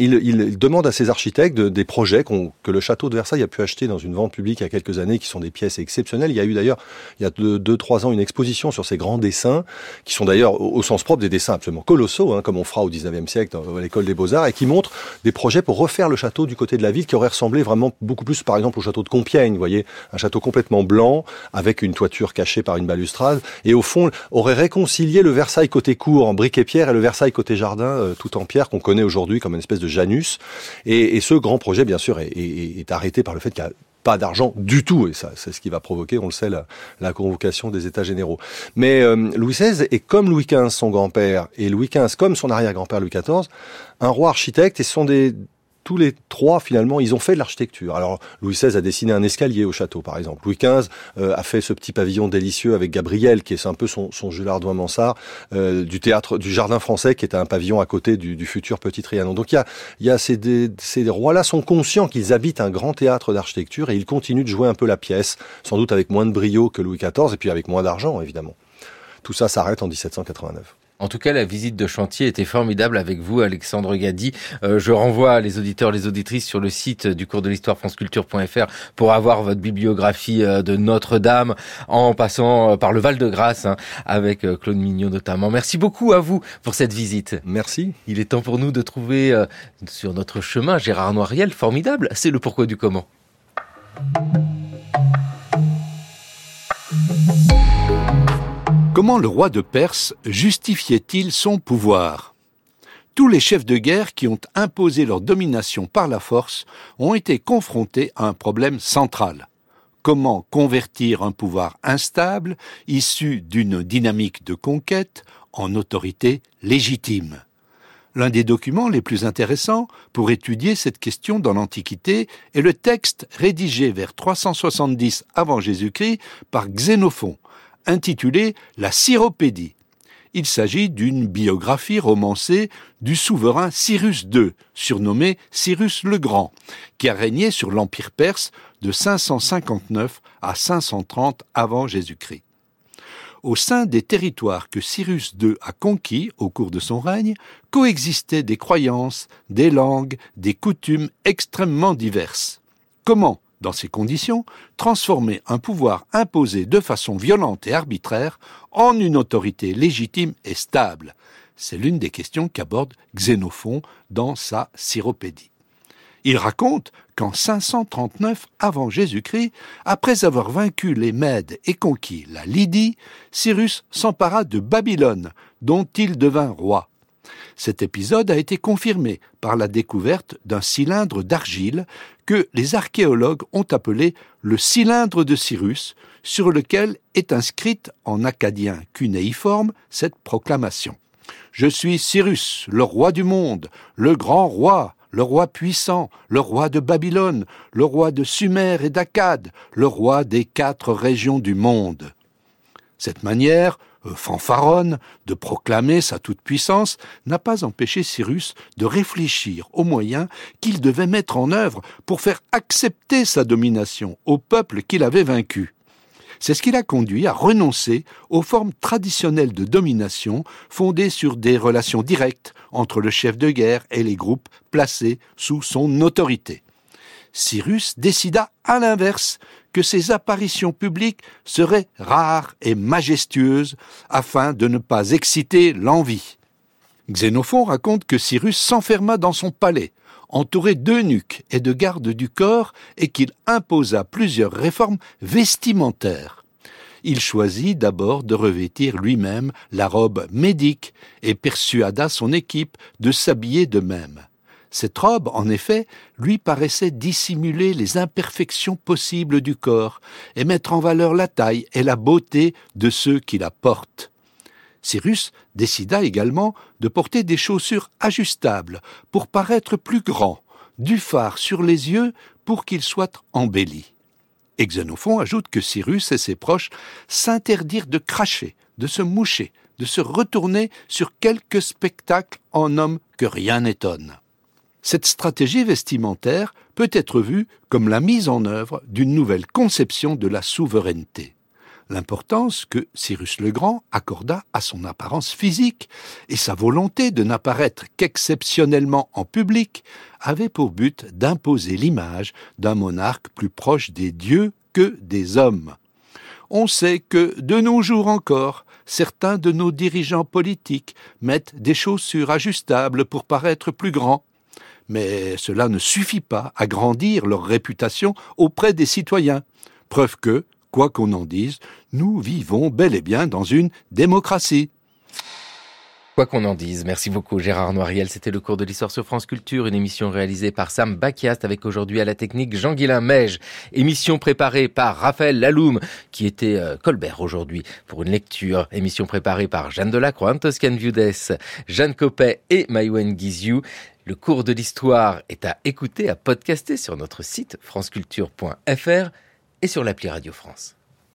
il demande à ses architectes des projets que le château de Versailles a pu acheter dans une vente publique il y a quelques années, qui sont des pièces exceptionnelles. Il y a eu d'ailleurs, il y a 2-3 ans, une exposition sur ces grands dessins, qui sont d'ailleurs au sens propre des dessins absolument colossaux, comme on fera au 19e siècle à l'école des Beaux-Arts, et qui montrent des projets pour refaire le château du côté de la ville, qui aurait ressemblé vraiment beaucoup plus, par exemple, au château de Compiègne, vous voyez, un château complètement blanc, avec une toiture cachée par une balustrade, et au fond, aurait réconcilié le Versailles côté cour en briques et pierre et le Versailles côté jardin, tout en pierre, qu'on connaît aujourd'hui comme une espèce de Janus. Et ce grand projet, bien sûr, est arrêté par le fait qu'il y a pas d'argent du tout, et ça, c'est ce qui va provoquer, on le sait, la convocation des États généraux. Mais Louis XVI est comme Louis XV, son grand-père, et Louis XV comme son arrière-grand-père Louis XIV, un roi architecte, et ce sont tous les trois, finalement, ils ont fait de l'architecture. Alors, Louis XVI a dessiné un escalier au château, par exemple. Louis XV a fait ce petit pavillon délicieux avec Gabriel, qui est un peu son Jules Hardouin-Mansart, du théâtre du Jardin français, qui est un pavillon à côté du futur Petit Trianon. Donc, il y a ces rois-là sont conscients qu'ils habitent un grand théâtre d'architecture et ils continuent de jouer un peu la pièce, sans doute avec moins de brio que Louis XIV et puis avec moins d'argent, évidemment. Tout ça s'arrête en 1789. En tout cas, la visite de chantier était formidable avec vous, Alexandre Gady. Je renvoie les auditeurs, les auditrices sur le site du cours de l'histoire franceculture.fr pour avoir votre bibliographie de Notre-Dame en passant par le Val-de-Grâce avec Claude Mignot notamment. Merci beaucoup à vous pour cette visite. Merci. Il est temps pour nous de trouver sur notre chemin Gérard Noiriel, formidable. C'est le pourquoi du comment. Comment le roi de Perse justifiait-il son pouvoir ? Tous les chefs de guerre qui ont imposé leur domination par la force ont été confrontés à un problème central. Comment convertir un pouvoir instable, issu d'une dynamique de conquête, en autorité légitime ? L'un des documents les plus intéressants pour étudier cette question dans l'Antiquité est le texte rédigé vers 370 avant Jésus-Christ par Xénophon, intitulé « La Cyropédie ». Il s'agit d'une biographie romancée du souverain Cyrus II, surnommé Cyrus le Grand, qui a régné sur l'Empire perse de 559 à 530 avant Jésus-Christ. Au sein des territoires que Cyrus II a conquis au cours de son règne, coexistaient des croyances, des langues, des coutumes extrêmement diverses. Comment, dans ces conditions, transformer un pouvoir imposé de façon violente et arbitraire en une autorité légitime et stable ? C'est l'une des questions qu'aborde Xénophon dans sa Cyropédie. Il raconte qu'en 539 avant Jésus-Christ, après avoir vaincu les Mèdes et conquis la Lydie, Cyrus s'empara de Babylone, dont il devint roi. Cet épisode a été confirmé par la découverte d'un cylindre d'argile que les archéologues ont appelé le cylindre de Cyrus, sur lequel est inscrite en akkadien cunéiforme cette proclamation. « Je suis Cyrus, le roi du monde, le grand roi, le roi puissant, le roi de Babylone, le roi de Sumer et d'Akkad, le roi des 4 régions du monde. » Cette manière fanfaronne de proclamer sa toute-puissance n'a pas empêché Cyrus de réfléchir aux moyens qu'il devait mettre en œuvre pour faire accepter sa domination au peuple qu'il avait vaincu. C'est ce qui l'a conduit à renoncer aux formes traditionnelles de domination fondées sur des relations directes entre le chef de guerre et les groupes placés sous son autorité. Cyrus décida à l'inverse que ses apparitions publiques seraient rares et majestueuses afin de ne pas exciter l'envie. Xénophon raconte que Cyrus s'enferma dans son palais, entouré d'eunuques et de gardes du corps, et qu'il imposa plusieurs réformes vestimentaires. Il choisit d'abord de revêtir lui-même la robe médique et persuada son équipe de s'habiller de même. Cette robe, en effet, lui paraissait dissimuler les imperfections possibles du corps et mettre en valeur la taille et la beauté de ceux qui la portent. Cyrus décida également de porter des chaussures ajustables pour paraître plus grand, du fard sur les yeux pour qu'ils soient embellis. Et Xénophon ajoute que Cyrus et ses proches s'interdirent de cracher, de se moucher, de se retourner sur quelque spectacle en homme que rien n'étonne. Cette stratégie vestimentaire peut être vue comme la mise en œuvre d'une nouvelle conception de la souveraineté. L'importance que Cyrus le Grand accorda à son apparence physique et sa volonté de n'apparaître qu'exceptionnellement en public avait pour but d'imposer l'image d'un monarque plus proche des dieux que des hommes. On sait que, de nos jours encore, certains de nos dirigeants politiques mettent des chaussures ajustables pour paraître plus grands. Mais cela ne suffit pas à grandir leur réputation auprès des citoyens. Preuve que, quoi qu'on en dise, nous vivons bel et bien dans une démocratie. Quoi qu'on en dise, merci beaucoup Gérard Noiriel. C'était le cours de l'histoire sur France Culture, une émission réalisée par Sam Bakiast avec aujourd'hui à la technique Jean-Guilain Meige. Émission préparée par Raphaël Laloum qui était Colbert aujourd'hui pour une lecture. Émission préparée par Jeanne Delacroix, Toscane Viudès, Jeanne Copet et Maïwen Guizou. Le cours de l'histoire est à écouter, à podcaster sur notre site franceculture.fr et sur l'appli Radio France.